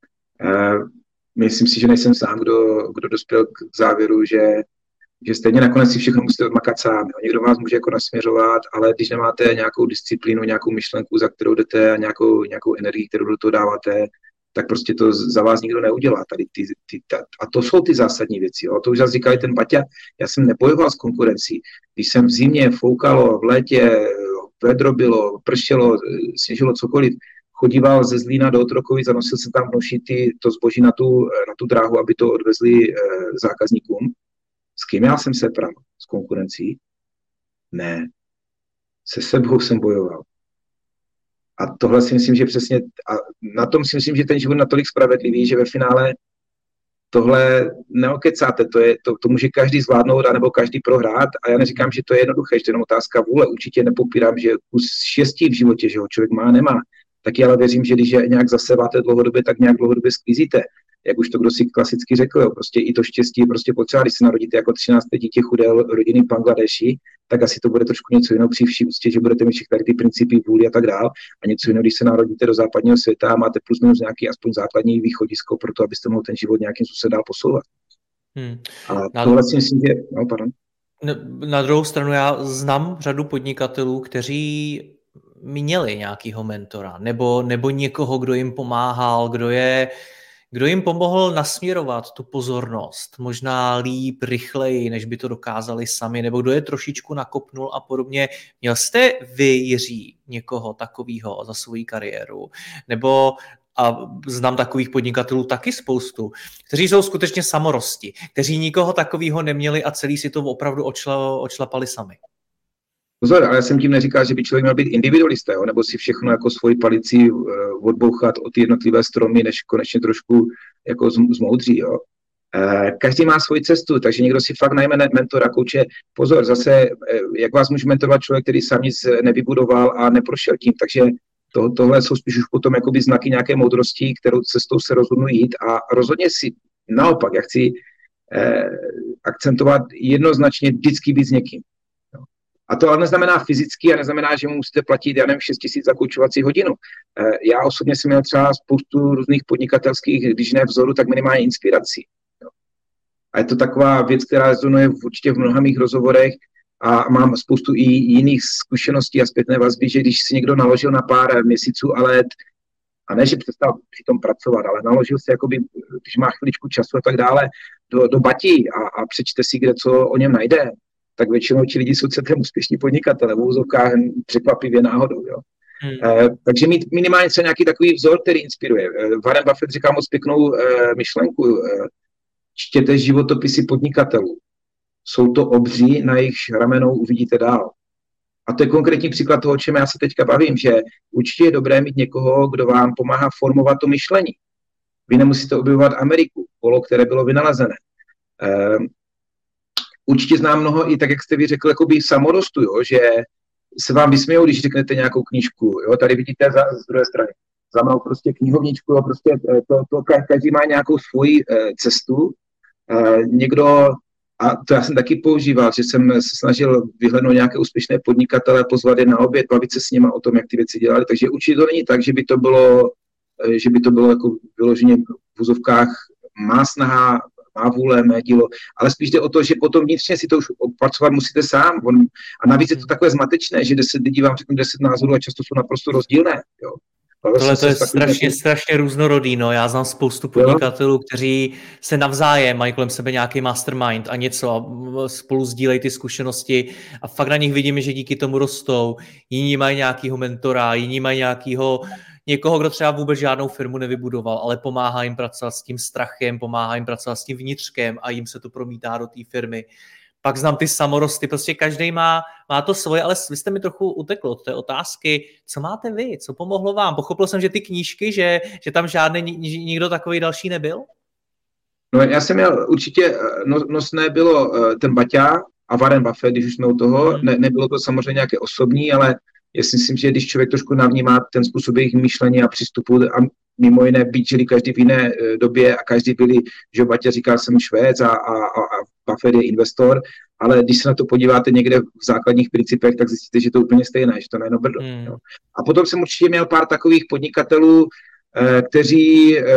Speaker 2: E, myslím si, že nejsem sám, kdo, kdo dospěl k závěru, že že stejně nakonec si všechno musíte odmakat sám. Jo. Někdo vás může jako nasměřovat, ale když nemáte nějakou disciplínu, nějakou myšlenku, za kterou jdete a nějakou, nějakou energii, kterou do toho dáváte, tak prostě to za vás nikdo neudělá. Tady ty, ty, ta, a to jsou ty zásadní věci. Jo. To už zase říkal ten Baťa, já jsem nebojoval s konkurencí. Když jsem v zimě foukalo, v létě, vedro bylo, pršelo, sněžilo cokoliv, chodíval ze Zlína do Otrokovic a nosil se tam nošit ty, to zboží na tu, na tu dráhu, aby to odvezli e, zákazníkům. S kým já jsem se pral? S konkurencí? Ne. Se sebou jsem bojoval. A tohle si myslím, že přesně, a na tom si myslím, že ten život je natolik spravedlivý, že ve finále tohle neokecáte, to, je, to, to může každý zvládnout, anebo každý prohrát a já neříkám, že to je jednoduché, že to je jenom otázka vůle, určitě nepopírám, že kus štěstí v životě, že ho člověk má, nemá, taky ale věřím, že když je nějak zaseváte dlouhodobě, tak nějak dlouhodobě sklízíte, jak už to kdo si klasicky řekl, jo, prostě i to štěstí je prostě potřeba, když se narodíte jako třinácté dítě chudé rodiny v Bangladeši, tak asi to bude trošku něco jiného při vší úctě, že budete mít všechny ty principy vůli a tak dál. A něco jiného, když se narodíte do západního světa a máte plus minus nějaký aspoň základní východisko pro to, abyste mohli ten život nějakým způsobem dál posouvat. Hmm. A na tohle si myslím, že... No, pardon.
Speaker 1: Na druhou stranu já znám řadu podnikatelů, kteří měli nějakého mentora nebo, nebo někoho, kdo jim pomáhal, kdo je Kdo jim pomohl nasměrovat tu pozornost, možná líp, rychleji, než by to dokázali sami, nebo kdo je trošičku nakopnul a podobně. Měl jste vy, Jiří, někoho takového za svou kariéru? Nebo, a znám takových podnikatelů taky spoustu, kteří jsou skutečně samorosti, kteří nikoho takového neměli a celý si to opravdu očla, očlapali sami.
Speaker 2: Pozor, ale já jsem tím neříkal, že by člověk měl být individualista, jo? Nebo si všechno jako svoji palici uh, odbouchat od jednotlivé stromy, než konečně trošku jako zmoudří. Jo? Uh, každý má svoji cestu, takže někdo si fakt najme mentora, kouče. Pozor, zase, uh, jak vás může mentorovat člověk, který sám nic nevybudoval a neprošel tím, takže to, tohle jsou spíš už potom jakoby znaky nějaké moudrosti, kterou cestou se rozhodnu jít a rozhodně si naopak, já chci uh, akcentovat jednoznačně vždycky být s někým. A to ale neznamená fyzicky a neznamená, že mu musíte platit, já nevím, šest tisíc za koučovací hodinu. Já osobně jsem měl třeba spoustu různých podnikatelských, když ne vzoru, tak minimálně inspirací. A je to taková věc, která rezonuje určitě v mnoha mých rozhovorech a mám spoustu i jiných zkušeností a zpětné vazby, že když si někdo naložil na pár měsíců a let, a ne, že přestal při tom pracovat, ale naložil se, jakoby, když má chviličku času a tak dále, do, do batí a, a přečte si, kde co o něm najde, tak většinou ti lidi jsou celkem úspěšní podnikatele, v úzovkách překvapivě náhodou. Jo. Hmm. E, takže mít minimálně třeba nějaký takový vzor, který inspiruje. E, Warren Buffett říká moc pěknou e, myšlenku. E, čtěte životopisy podnikatelů. Jsou to obří, na jejich ramenou uvidíte dál. A to je konkrétní příklad toho, o čem já se teďka bavím, že určitě je dobré mít někoho, kdo vám pomáhá formovat to myšlení. Vy nemusíte objevovat Ameriku, kolo, které bylo vynalezené. E, Určitě znám mnoho i tak, jak jste vy řekl, jakoby samorostu, jo, že se vám vysmějou, když řeknete nějakou knížku. Jo. Tady vidíte za, z druhé strany. Za mnou prostě knihovničku, jo, prostě to, to, každý má nějakou svoji eh, cestu. Eh, někdo, a to já jsem taky používal, že jsem se snažil vyhlednout nějaké úspěšné podnikatele, pozvat je na oběd, bavit se s nimi o tom, jak ty věci dělali. Takže určitě to není tak, že by to bylo, eh, že by to bylo jako vyloženě v vozovkách má snaha, má vůle, mé dílo, ale spíš jde o to, že potom vnitřně si to už opracovat musíte sám. On, a navíc je to takové zmatečné, že deset lidí vám řeknu deset názorů a často jsou naprosto rozdílné. Jo.
Speaker 1: Tohle to je strašně, takový... strašně různorodý. No. Já znám spoustu podnikatelů, kteří se navzájem mají kolem sebe nějaký mastermind a něco a spolu sdílejí ty zkušenosti a fakt na nich vidíme, že díky tomu rostou. Jiní mají nějakýho mentora, jiní mají nějakýho někoho, kdo třeba vůbec žádnou firmu nevybudoval, ale pomáhá jim pracovat s tím strachem, pomáhá jim pracovat s tím vnitřkem a jim se to promítá do té firmy. Pak znám ty samorosty, prostě každý má, má to svoje, ale vy jste mi trochu utekl od té otázky, co máte vy, co pomohlo vám? Pochopil jsem, že ty knížky, že, že tam žádný nikdo takový další nebyl?
Speaker 2: No já jsem měl určitě, nosné bylo ten Baťa a Warren Buffett, když už jsme u toho, ne, nebylo to samozřejmě nějaké osobní, ale já si myslím, že když člověk trošku navnímá ten způsob jejich myšlení a přístupu a mimo jiné být žili každý v jiné době a každý byli, že Baťa říkal, jsem Švéd a, a, a Buffett je investor, ale když se na to podíváte někde v základních principech, tak zjistíte, že to je úplně stejné, že to není brdo. Hmm. Jo. A potom jsem určitě měl pár takových podnikatelů, eh, kteří eh,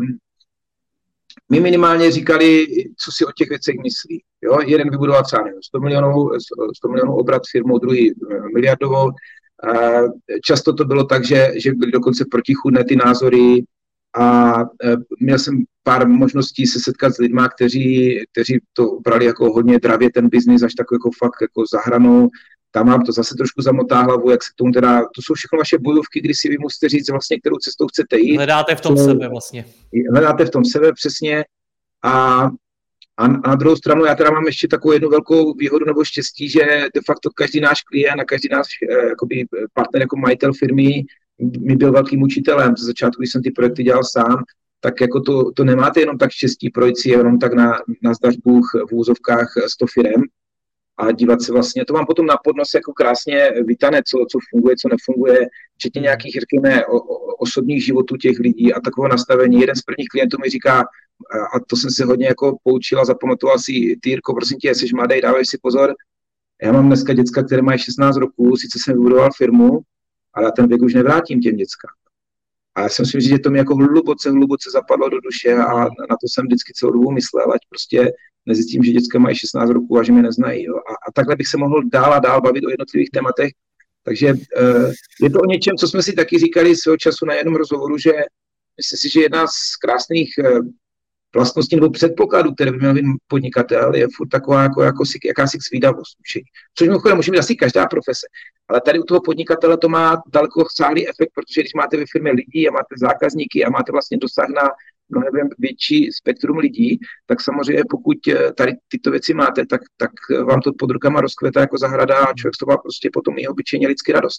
Speaker 2: mi minimálně říkali, co si o těch věcech myslí. Jo. Jeden vybudoval třeba sto milionů, sto milionů obrat firmou, druhý miliardovou. Často to bylo tak, že, že byly dokonce protichůdné ty názory a měl jsem pár možností se setkat s lidma, kteří, kteří to brali jako hodně dravě ten biznis, až takový jako fakt jako za hranou, tam mám to zase trošku zamotá hlavu, jak se k tomu teda, to jsou všechno vaše bojovky, kdy si vy musíte říct vlastně, kterou cestou chcete jít.
Speaker 1: Hledáte v tom co, sebe vlastně.
Speaker 2: Hledáte v tom sebe přesně a, a na druhou stranu já teda mám ještě takovou jednu velkou výhodu nebo štěstí, že de facto každý náš klient a každý náš eh, jakoby partner jako majitel firmy mi byl velkým učitelem. Ze začátku, když jsem ty projekty dělal sám, tak jako to, to nemáte jenom tak štěstí projít si jenom tak na, na zdař Bůh v úzovkách sto firem a dívat se vlastně, to vám potom na podnos jako krásně vytane, co, co funguje, co nefunguje, včetně nějakých, řekněme, o, o, osobních životů těch lidí a takového nastavení. Jeden z prvních klientů mi říká, a to jsem se hodně jako poučil a zapamatoval si, ty Jirko, prosím tě, jsi mladý, dávej si pozor, já mám dneska děcka, které mají šestnáct roků, sice jsem vybudoval firmu, ale já ten věk už nevrátím těm dětskám. A já si myslím, že to mi jako hluboce, hluboce zapadlo do duše a na to jsem vždycky celou dobu myslel, ať prostě nezjistím, že děcka mají šestnáct roků a že mě neznají. Jo. A, a takhle bych se mohl dál a dál bavit o jednotlivých tématech. Takže uh, je to o něčem, co jsme si taky říkali svého času na jednom rozhovoru, že myslím si, že jedna z krásných uh, vlastností nebo předpokladů, které by měl být podnikatel, je furt taková jako, jako si, jakási zvídavost. Což mimochodem může být asi každá profese. Ale tady u toho podnikatele to má daleko sáhlý efekt, protože když máte ve firmě lidi a máte zákazníky a máte vlastně dosah na mnohem větší spektrum lidí, tak samozřejmě pokud tady tyto věci máte, tak, tak vám to pod rukama rozkvětá jako zahrada a člověk z toho má prostě potom i obyčejně lidsky radost.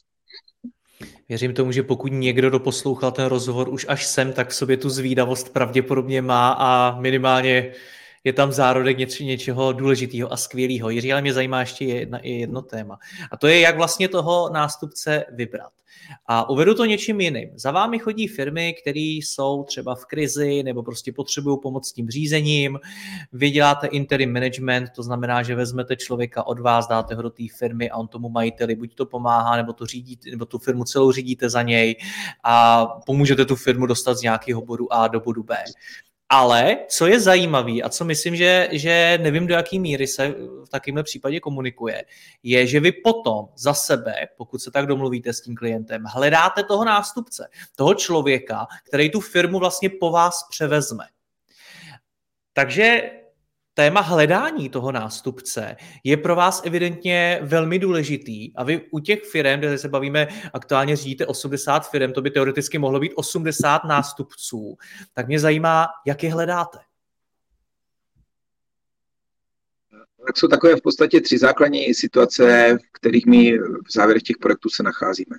Speaker 1: Věřím tomu, že pokud někdo doposlouchal ten rozhovor už až sem, tak v sobě tu zvídavost pravděpodobně má a minimálně je tam zárodek něč, něčeho důležitého a skvělého. Jiří, ale mě zajímá ještě jedna, jedno téma. A to je, jak vlastně toho nástupce vybrat. A uvedu to něčím jiným. Za vámi chodí firmy, které jsou třeba v krizi nebo prostě potřebují pomoc s tím řízením. Vy děláte interim management, to znamená, že vezmete člověka od vás, dáte ho do té firmy a on tomu majiteli buď to pomáhá, nebo to řídíte, nebo tu firmu celou řídíte za něj a pomůžete tu firmu dostat z nějakého bodu A do bodu B. Ale co je zajímavé a co myslím, že, že nevím, do jaký míry se v takovémhle případě komunikuje, je, že vy potom za sebe, pokud se tak domluvíte s tím klientem, hledáte toho nástupce, toho člověka, který tu firmu vlastně po vás převezme. Takže téma hledání toho nástupce je pro vás evidentně velmi důležitý a vy u těch firem, kde se bavíme, aktuálně řídíte osmdesát firem, to by teoreticky mohlo být osmdesát nástupců, tak mě zajímá, jak je hledáte.
Speaker 2: Tak jsou takové v podstatě tři základní situace, v kterých my v závěrech těch projektů se nacházíme.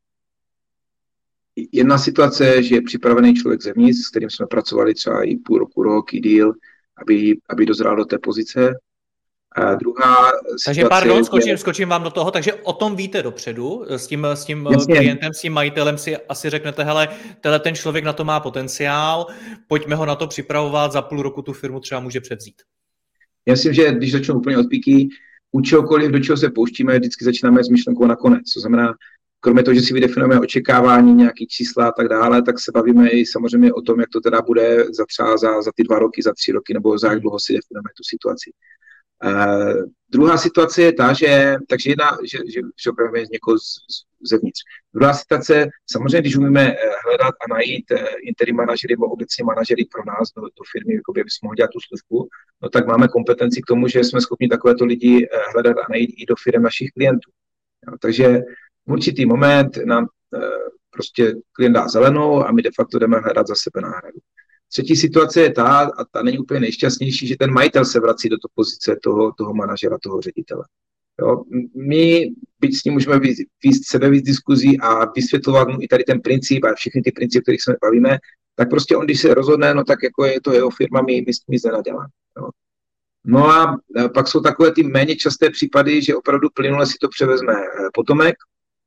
Speaker 2: Jedna situace je, že je připravený člověk zevnitř, s kterým jsme pracovali třeba i půl roku, rok, i díl, aby, aby dozrál do té pozice. A druhá
Speaker 1: takže
Speaker 2: situace,
Speaker 1: pardon, skočím, je... skočím vám do toho, takže o tom víte dopředu, s tím, s tím klientem, s tím majitelem si asi řeknete, hele, tenhle ten člověk na to má potenciál, pojďme ho na to připravovat, za půl roku tu firmu třeba může převzít.
Speaker 2: Já myslím, že když začnu úplně od píky, u čehokoliv, do čeho se pouštíme, vždycky začínáme s myšlenkou nakonec. To znamená, kromě toho, že si vydefinujeme očekávání, nějaký čísla a tak dále, tak se bavíme i samozřejmě o tom, jak to teda bude za třeba za, za ty dva roky, za tři roky, nebo za jak dlouho si definujeme tu situaci. Uh, druhá situace je ta, že, takže jedna, že, že, že opravíme někoho z, z, zevnitř. Druhá situace, samozřejmě, když umíme hledat a najít uh, interim manažery nebo obecně manažery pro nás do, do firmy, jako by jsme mohli dělat tu službu, no tak máme kompetenci k tomu, že jsme schopni takovéto lidi uh, hledat a najít i do firm našich klientů. No, takže v určitý moment nám uh, prostě klient dá zelenou a my de facto jdeme hledat za sebe náhradu. Třetí situace je ta, a ta není úplně nejšťastnější, že ten majitel se vrací do toho pozice toho, toho manažera, toho ředitele. Jo? My, byť s ním můžeme víc sebevíc diskuzí a vysvětlovat mu i tady ten princip a všechny ty principy, o kterých se bavíme, tak prostě on, když se rozhodne, no tak jako je to jeho firma, my, my s tím nic nenaděláme. Jo? No a pak jsou takové ty méně časté případy, že opravdu plynule si to převezme potomek,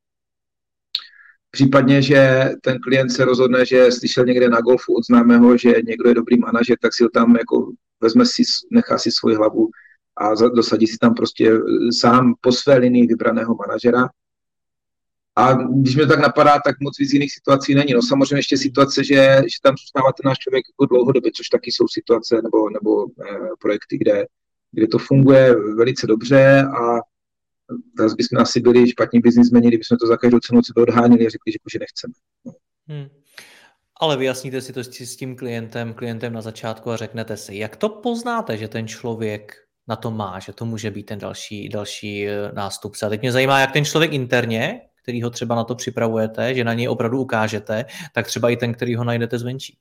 Speaker 2: případně, že ten klient se rozhodne, že slyšel někde na golfu od známého, že někdo je dobrý manažer, tak si ho tam jako vezme si, nechá si svoji hlavu a dosadí si tam prostě sám po své linii vybraného manažera. A když mě tak napadá, tak moc víc jiných situací není. No samozřejmě ještě situace, že, že tam zůstává ten náš člověk jako dlouhodobě, což taky jsou situace nebo, nebo eh, projekty, kde, kde to funguje velice dobře a zase bychom asi byli špatní biznismeni, kdybychom to za každou cenu sebe odháněli a řekli, že, že nechceme.
Speaker 1: Hmm. Ale vyjasníte si to s tím klientem, klientem na začátku a řeknete si, jak to poznáte, že ten člověk na to má, že to může být ten další, další nástupce. A teď mě zajímá, jak ten člověk interně, který ho třeba na to připravujete, že na něj opravdu ukážete, tak třeba i ten, který ho najdete zvenčí.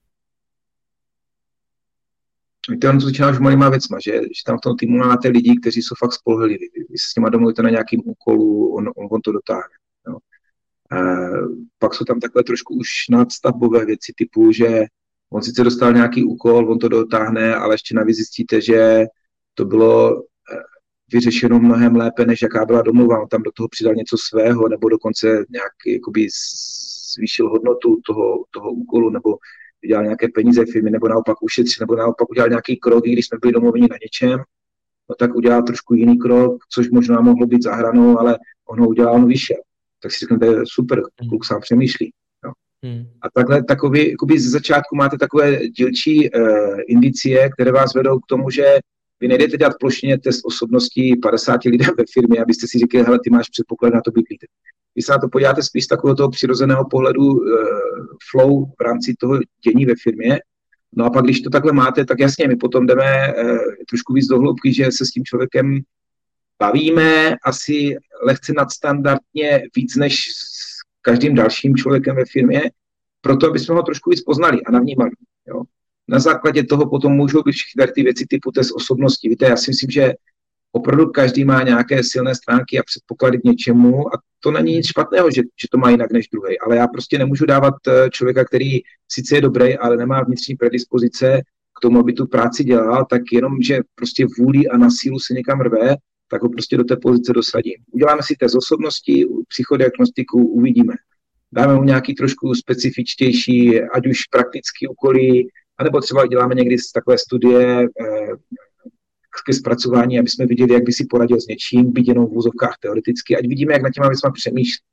Speaker 2: Víte, on to začíná už malýma věcma, že, že tam v tom týmu máte lidi, kteří jsou fakt spolehliví. Vy se s nima domluvíte na nějakým úkolu, on, on, on to dotáhne. Jo. E, pak jsou tam takové trošku už nadstavbové věci typu, že on sice dostal nějaký úkol, on to dotáhne, ale ještě navíc zjistíte, že to bylo vyřešeno mnohem lépe, než jaká byla domluva. On tam do toho přidal něco svého, nebo dokonce nějak jakoby zvýšil hodnotu toho, toho úkolu, nebo udělal nějaké peníze firmy, nebo naopak ušetřil, nebo naopak udělal nějaký krok, i když jsme byli domluveni na něčem, no tak udělal trošku jiný krok, což možná mohlo být za hranou, ale on ho udělal, on vyšel. Tak si řeknete, super, kluk sám přemýšlí. Jo. Hmm. A takhle takový, jakoby z začátku máte takové dílčí uh, indicie, které vás vedou k tomu, že vy nejdete dělat plošně test osobností padesáti lidem ve firmě, abyste si řekli, hele, ty máš předpoklad na to být lídr. Vy se na to podíváte spíš z takového toho přirozeného pohledu uh, flow v rámci toho dění ve firmě. No a pak, když to takhle máte, tak jasně, my potom jdeme uh, trošku víc do hloubky, že se s tím člověkem bavíme asi lehce nadstandardně víc než s každým dalším člověkem ve firmě, proto, aby jsme ho trošku víc poznali a navnímali. Jo. Na základě toho potom můžou být všechny ty věci typu test osobnosti. Víte, já si myslím, že opravdu každý má nějaké silné stránky a předpoklady k něčemu a to není nic špatného, že, že to má jinak než druhý. Ale já prostě nemůžu dávat člověka, který sice je dobrý, ale nemá vnitřní predispozice k tomu, aby tu práci dělal, tak jenom, že prostě vůlí a na sílu se někam rve, tak ho prostě do té pozice dosadím. Uděláme si test osobnosti, psychodiagnostiku, uvidíme. Dáme mu nějaký trošku specifičtější, ať už praktický úkoly, anebo třeba děláme někdy takové studie eh, ke zpracování, aby jsme viděli, jak by si poradil s něčím, být jenom v úzovkách teoreticky, ať vidíme, jak na těma věcma přemýšlí.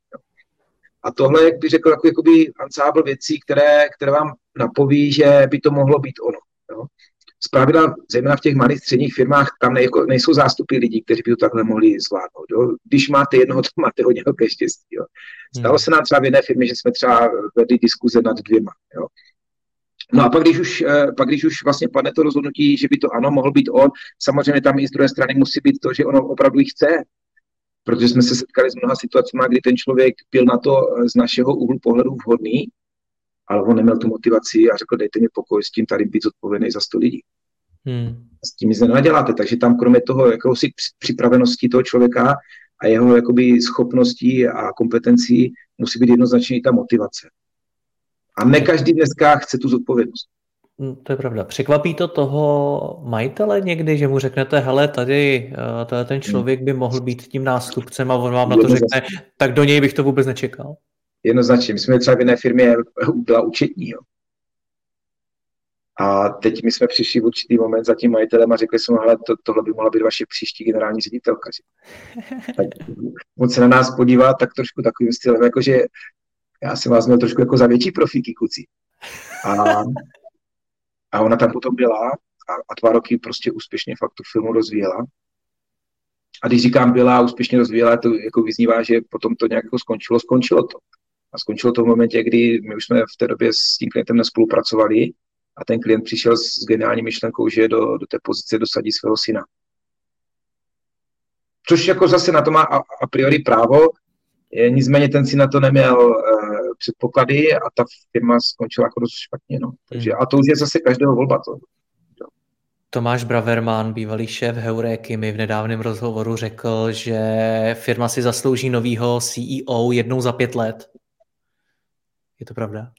Speaker 2: A tohle, jak bych řekl, jako, jakoby ansábl věcí, které, které vám napoví, že by to mohlo být ono. Jo. Zpravidla, zejména v těch malých středních firmách, tam nej, nejsou zástupy lidí, kteří by to takhle mohli zvládnout. Jo. Když máte jednoho, to máte hodně velké štěstí. Jo. Stalo se nám třeba v jedné firmě, že jsme třeba vedli diskuze nad dvěma. Jo. No a pak když, už, pak, když už vlastně padne to rozhodnutí, že by to ano, mohl být on, samozřejmě tam i z druhé strany musí být to, že ono opravdu ji chce. Protože jsme se setkali s mnoha situacemi, kdy ten člověk byl na to z našeho úhlu pohledu vhodný, ale on neměl tu motivaci a řekl, dejte mi pokoj s tím tady být zodpovědný za sto lidí. Hmm. S tím nic nenaděláte, takže tam kromě toho jakousi připravenosti toho člověka a jeho jakoby schopností a kompetencí musí být jednoznačně i ta motivace. A ne každý dneska chce tu zodpovědnost.
Speaker 1: To je pravda. Překvapí to toho majitele někdy, že mu řeknete, hele, tady, tady ten člověk by mohl být tím nástupcem a on vám na to řekne, tak do něj bych to vůbec nečekal.
Speaker 2: Jednoznačně. My jsme třeba v jedné firmě byla účetní. Jo. A teď my jsme přišli v určitý moment za tím majitelem a řekli jsme, hele, to, tohle by mohla být vaše příští generální ředitelka. Tak on se na nás podívá tak trošku takovým stylem, jakože já jsem vás měl trošku jako za větší profíky, kluci. A, a ona tam potom byla a, a dva roky prostě úspěšně fakt tu firmu rozvíjela. A když říkám byla úspěšně rozvíjela, to jako vyznívá, že potom to nějak jako skončilo, skončilo to. A skončilo to v momentě, kdy my už jsme v té době s tím klientem nespolupracovali a ten klient přišel s geniální myšlenkou, že do, do té pozice dosadí svého syna. Což jako zase na to má a, a priori právo, je, nicméně ten syn na to neměl uh, předpoklady a ta firma skončila jako dost špatně. No. Takže, a to už je zase každého volba. To.
Speaker 1: Tomáš Braverman, bývalý šéf Heuréky, mi v nedávném rozhovoru řekl, že firma si zaslouží novýho C E O jednou za pět let. Je to pravda?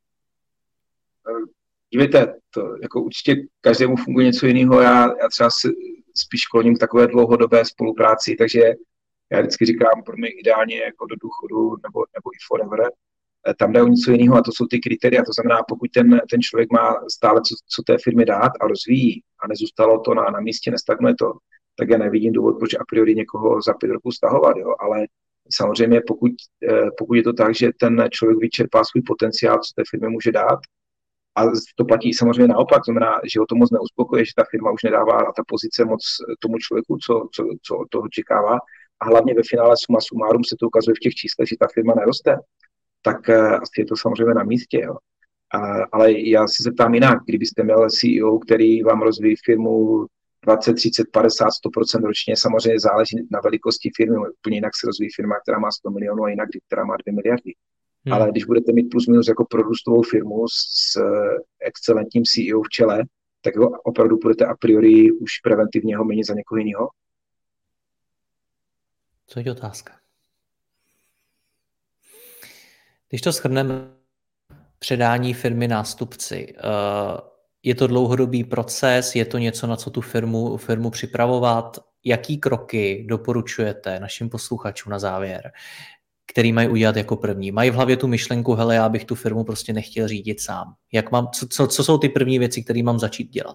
Speaker 2: Dívejte, to jako určitě každému funguje něco jiného. Já, já třeba se spíš kloním k takové dlouhodobé spolupráci, takže já vždycky říkám, pro mě ideálně jako do důchodu nebo, nebo i forever. Tam jde o něco jiného a to jsou ty kritéria. To znamená, pokud ten, ten člověk má stále co, co té firmě dát a rozvíjí a nezůstalo to na, na místě, nestagnuje to, tak já nevidím důvod, proč a priori někoho za pět roků stahovat. Jo. Ale samozřejmě, pokud, pokud je to tak, že ten člověk vyčerpá svůj potenciál, co té firmě může dát, a to platí samozřejmě naopak, znamená, že ho to moc neuspokojí, že ta firma už nedává a ta pozice moc tomu člověku, co, co, co od toho čekává. A hlavně ve finále suma sumárum se to ukazuje v těch číslech, že ta firma neroste, tak uh, asi je to samozřejmě na místě. Jo. Uh, ale já si zeptám jinak, kdybyste měl C E O, který vám rozvíjí firmu dvacet, třicet, padesát, sto procent ročně. Samozřejmě záleží na velikosti firmy. Úplně jinak se rozvíjí firma, která má sto milionů a jinak, která má dvě miliardy. Hmm. Ale když budete mít plus minus jako prorůstovou firmu s excelentním C E O v čele, tak ho opravdu budete a priori už preventivně ho měnit za někoho jiného.
Speaker 1: Co je otázka? Když to shrneme, předání firmy nástupci, je to dlouhodobý proces, je to něco, na co tu firmu, firmu připravovat? Jaký kroky doporučujete našim posluchačům na závěr, který mají udělat jako první? Mají v hlavě tu myšlenku, hele, já bych tu firmu prostě nechtěl řídit sám. Jak mám, co, co, co jsou ty první věci, které mám začít dělat?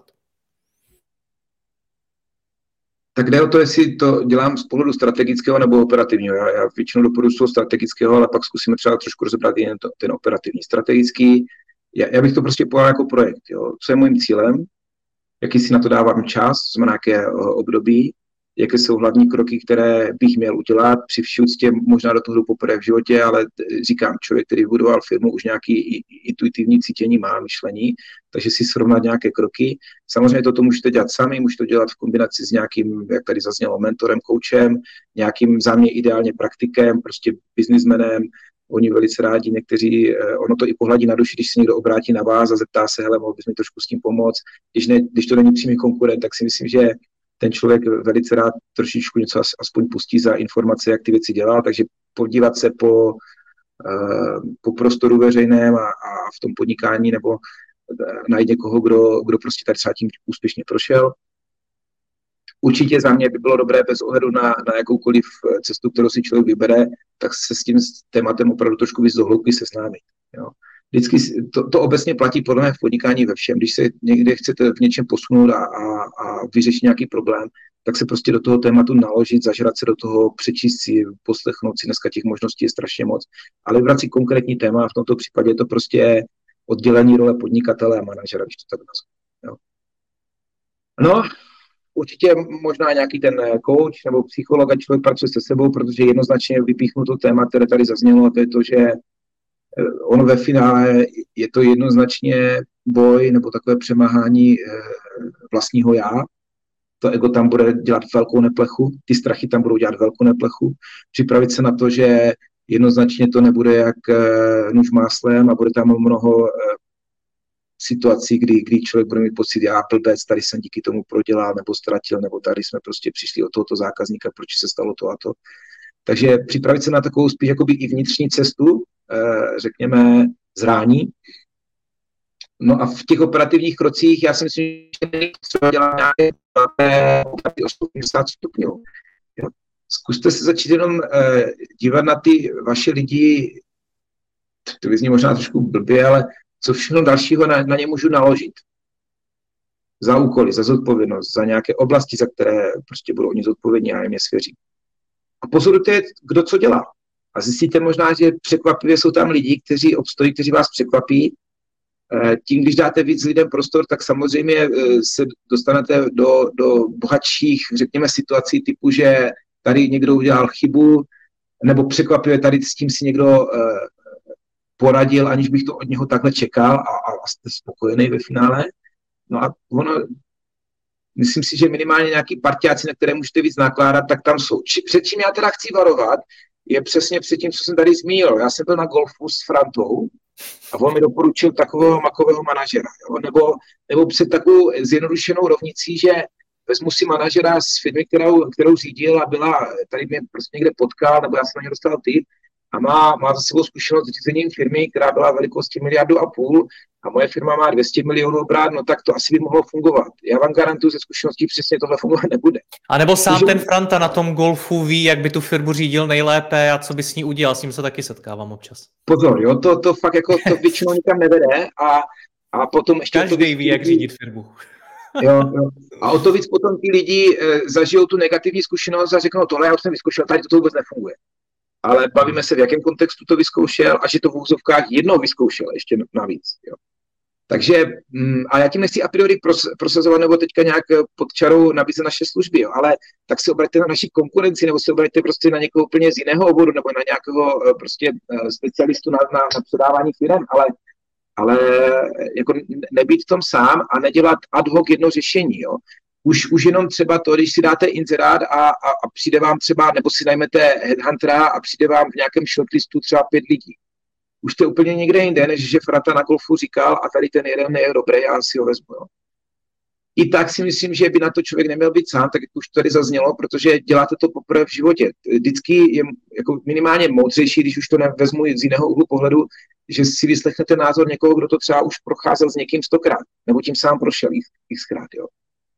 Speaker 2: Tak jde o to, jestli to dělám z pohledu strategického nebo operativního. Já, já většinou doporučuji toho strategického, ale pak zkusíme třeba trošku rozebrat jen to, ten operativní. Strategický, já, já bych to prostě pojal jako projekt. Jo. Co je mým cílem, jaký si na to dávám čas, to znamená nějaké období, jaké jsou hlavní kroky, které bych měl udělat. Při vší úctě možná do toho jdu poprvé v životě, ale říkám, člověk, který budoval firmu, už nějaký intuitivní cítění má, myšlení, takže si srovnat nějaké kroky. Samozřejmě toto můžete dělat sami, můžete to dělat v kombinaci s nějakým, jak tady zaznělo, mentorem, coachem, nějakým za mě ideálně praktikem, prostě businessmanem. Oni velice rádi, někteří, ono to i pohladí na duši, když se někdo obrátí na vás a zeptá se, hele, mohl bys mi trošku s tím pomoct. Když, ne, když to není přímý konkurent, tak si myslím, že ten člověk velice rád trošičku něco aspoň pustí za informace, jak ty věci dělá, takže podívat se po, po prostoru veřejném a, a v tom podnikání nebo najít někoho, kdo, kdo prostě tady třeba tím úspěšně prošel. Určitě za mě by bylo dobré bez ohledu na, na jakoukoliv cestu, kterou si člověk vybere, tak se s tím tématem opravdu trošku víc do hloubky seznámit. Jo. Vždycky to, to obecně platí podle mě v podnikání ve všem. Když se někde chcete v něčem posunout a, a, a vyřešit nějaký problém, tak se prostě do toho tématu naložit, zažrat se do toho, přečíst si, poslechnout si. Dneska těch možností je strašně moc. Ale vybrat si konkrétní téma, v tomto případě je to prostě oddělení role podnikatele a manažera, když to tak nazvu. No, určitě možná nějaký ten coach nebo psycholog a člověk pracuje se sebou, protože jednoznačně vypíchnu to téma, které tady zaznělo, a to je to, že ono ve finále je to jednoznačně boj nebo takové přemáhání vlastního já. To ego tam bude dělat velkou neplechu, ty strachy tam budou dělat velkou neplechu. Připravit se na to, že jednoznačně to nebude jak nůž máslem a bude tam mnoho situací, kdy, kdy člověk bude mít pocit, já blbec, tady jsem díky tomu prodělal nebo ztratil, nebo tady jsme prostě přišli od tohoto zákazníka, proč se stalo to a to. Takže připravit se na takovou spíš jakoby i vnitřní cestu, řekněme, zrání. No a v těch operativních krocích já si myslím, že třeba dělat nějaké osmdesát stupňů. Zkuste se začít jenom eh, dívat na ty vaše lidi, to vyzní možná trošku blbě, ale co všechno dalšího na, na ně můžu naložit. Za úkoly, za zodpovědnost, za nějaké oblasti, za které prostě budou oni zodpovědní a jim je svěří. A pozorujte, kdo co dělá. A zjistíte možná, že překvapivě jsou tam lidi, kteří obstojí, kteří vás překvapí. Tím, když dáte víc lidem prostor, tak samozřejmě se dostanete do, do bohatších, řekněme, situací typu, že tady někdo udělal chybu, nebo překvapivě tady s tím si někdo poradil, aniž bych to od něho takhle čekal a, a jste spokojený ve finále. No a ono, myslím si, že minimálně nějaký partiáci, na které můžete víc nakládat, tak tam jsou. Či, před čím já teda chci varovat, je přesně před tím, co jsem tady zmínil. Já jsem byl na golfu s Frantou a on mi doporučil takového makového manažera. Jo? Nebo, nebo před takovou zjednodušenou rovnicí, že vezmu si manažera z firmy, kterou, kterou řídil a byla, tady mě prostě někde potkal, nebo já jsem na ně dostal tip, a má, má za sebou zkušenost s řízením firmy, která byla velikosti miliardu a půl, a moje firma má dvě stě milionů obrat, no tak to asi by mohlo fungovat. Já vám garantuju ze zkušeností, přesně tohle fungovat nebude.
Speaker 1: A nebo sám Můžu... ten Franta na tom golfu ví, jak by tu firmu řídil nejlépe a co by s ní udělal, s ním se taky setkávám občas.
Speaker 2: Pozor, jo, to, to fakt jako to většinou nikam nevede a, a potom ještě...
Speaker 1: Každý to ví, jak řídit firmu.
Speaker 2: Jo, jo. A o to víc potom ti lidi e, zažijou tu negativní zkušenost a řeknou, tohle já už jsem vyzkoušel, tady to vůbec nefunguje. Ale bavíme se, v jakém kontextu to vyzkoušel a že to v úzovkách jednou vyzkoušel, ještě navíc. Jo. Takže, a já tím nechci a priori prosazovat nebo teďka nějak pod čarou nabízet naše služby, jo, ale tak se obraťte na naši konkurenci, nebo se obraťte prostě na někoho úplně z jiného oboru, nebo na nějakého prostě specialistu na, na, na předávání firem, ale, ale jako nebýt v tom sám a nedělat ad hoc jedno řešení. Jo. Už, už jenom třeba to, když si dáte inzerát a, a, a přijde vám třeba, nebo si najmete headhuntera a přijde vám v nějakém shortlistu třeba pět lidí. Už to je úplně někde jinde, než že Frata na golfu říkal a tady ten jeden je dobrý, já si ho vezmu. Jo. I tak si myslím, že by na to člověk neměl být sám, tak jak už tady zaznělo, protože děláte to poprvé v životě. Vždycky je jako minimálně moudřejší, když už to nevezmu z jiného úhlu pohledu, že si vyslechnete názor někoho, kdo to třeba už procházel s někým stokrát, nebo tím sám prošel xkrát. Jo.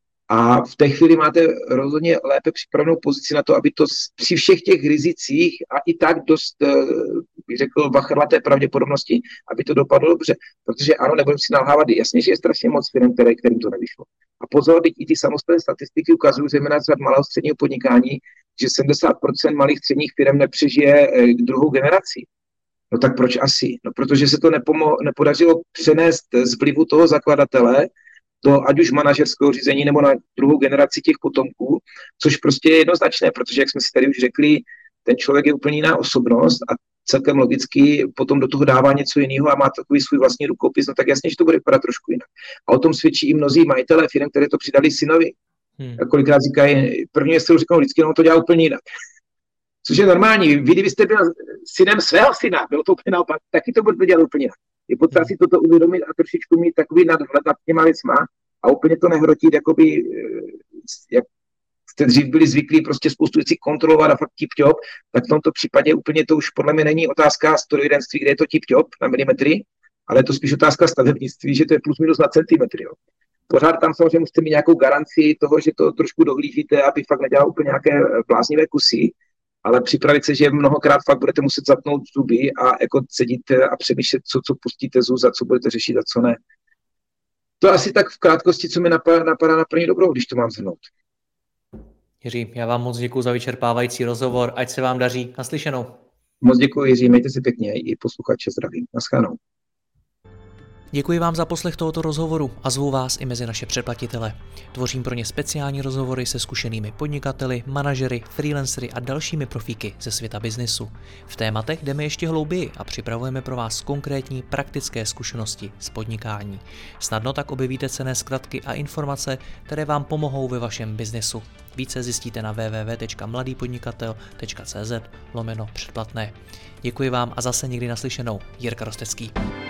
Speaker 2: A v té chvíli máte rozhodně lépe připravenou pozici na to, aby to při všech těch rizicích a i tak dost, bych řekl, vachrlaté pravděpodobnosti, aby to dopadlo dobře. Protože ano, nebudeme si nalhávat, jasně, že je strašně moc firm, které, kterým to nevyšlo. A pozor, teď i ty samostatné statistiky ukazují, zejména z řad malého středního podnikání, že sedmdesát procent malých středních firm nepřežije druhou generaci. No tak proč asi? No protože se to nepomo- nepodařilo přenést z vlivu toho zakladatele do ať už manažerského řízení nebo na druhou generaci těch potomků, což prostě je jednoznačné, protože, jak jsme si tady už řekli, ten člověk je úplně jiná osobnost a celkem logicky potom do toho dává něco jiného a má takový svůj vlastní rukopis, no tak jasně, že to bude vypadat trošku jinak. A o tom svědčí i mnozí majitelé firm, které to přidali synovi. Hmm. Kolikrát říkají, první jestli řeknou vždycky, no to dělá úplně jinak. Což je normální. Vy, kdybyste byl synem svého syna, bylo to úplně naopak, taky to bude dělat úplně jinak. Je potřeba si toto uvědomit a trošičku mít takový nadhled nad těma věcma a úplně to nehrotit, jakoby, jak jste dřív byli zvyklí prostě spoustu věcí kontrolovat a fakt tip-top, tak v tomto případě úplně to už podle mě není otázka strojírenství, kde je to tip-top na milimetry, ale je to spíš otázka stavebnictví, že to je plus minus na centimetry. Jo. Pořád tam samozřejmě musíte mít nějakou garanci toho, že to trošku dohlížíte, aby fakt nedělal úplně nějaké bláznivé kusy, ale připravit se, že mnohokrát fakt budete muset zapnout zuby a jako sedíte a přemýšlet, co, co pustíte z úst, co budete řešit a co ne. To asi tak v krátkosti, co mi napadá, napadá na první dobrou, když to mám shrnout.
Speaker 1: Jiří, já vám moc děkuji za vyčerpávající rozhovor, ať se vám daří. Naslyšenou.
Speaker 2: Moc děkuji, Jiří, mějte si pěkně, i posluchače zdravím. Naschledanou.
Speaker 1: Děkuji vám za poslech tohoto rozhovoru a zvu vás i mezi naše předplatitele. Tvořím pro ně speciální rozhovory se zkušenými podnikateli, manažery, freelancery a dalšími profíky ze světa biznesu. V tématech jdeme ještě hlouběji a připravujeme pro vás konkrétní praktické zkušenosti z podnikání. Snadno tak objevíte cenné zkratky a informace, které vám pomohou ve vašem biznesu. Více zjistíte na w w w tečka mladýpodnikatel tečka c z lomeno předplatné. Děkuji vám a zase někdy naslyšenou. Jirka Rostecký.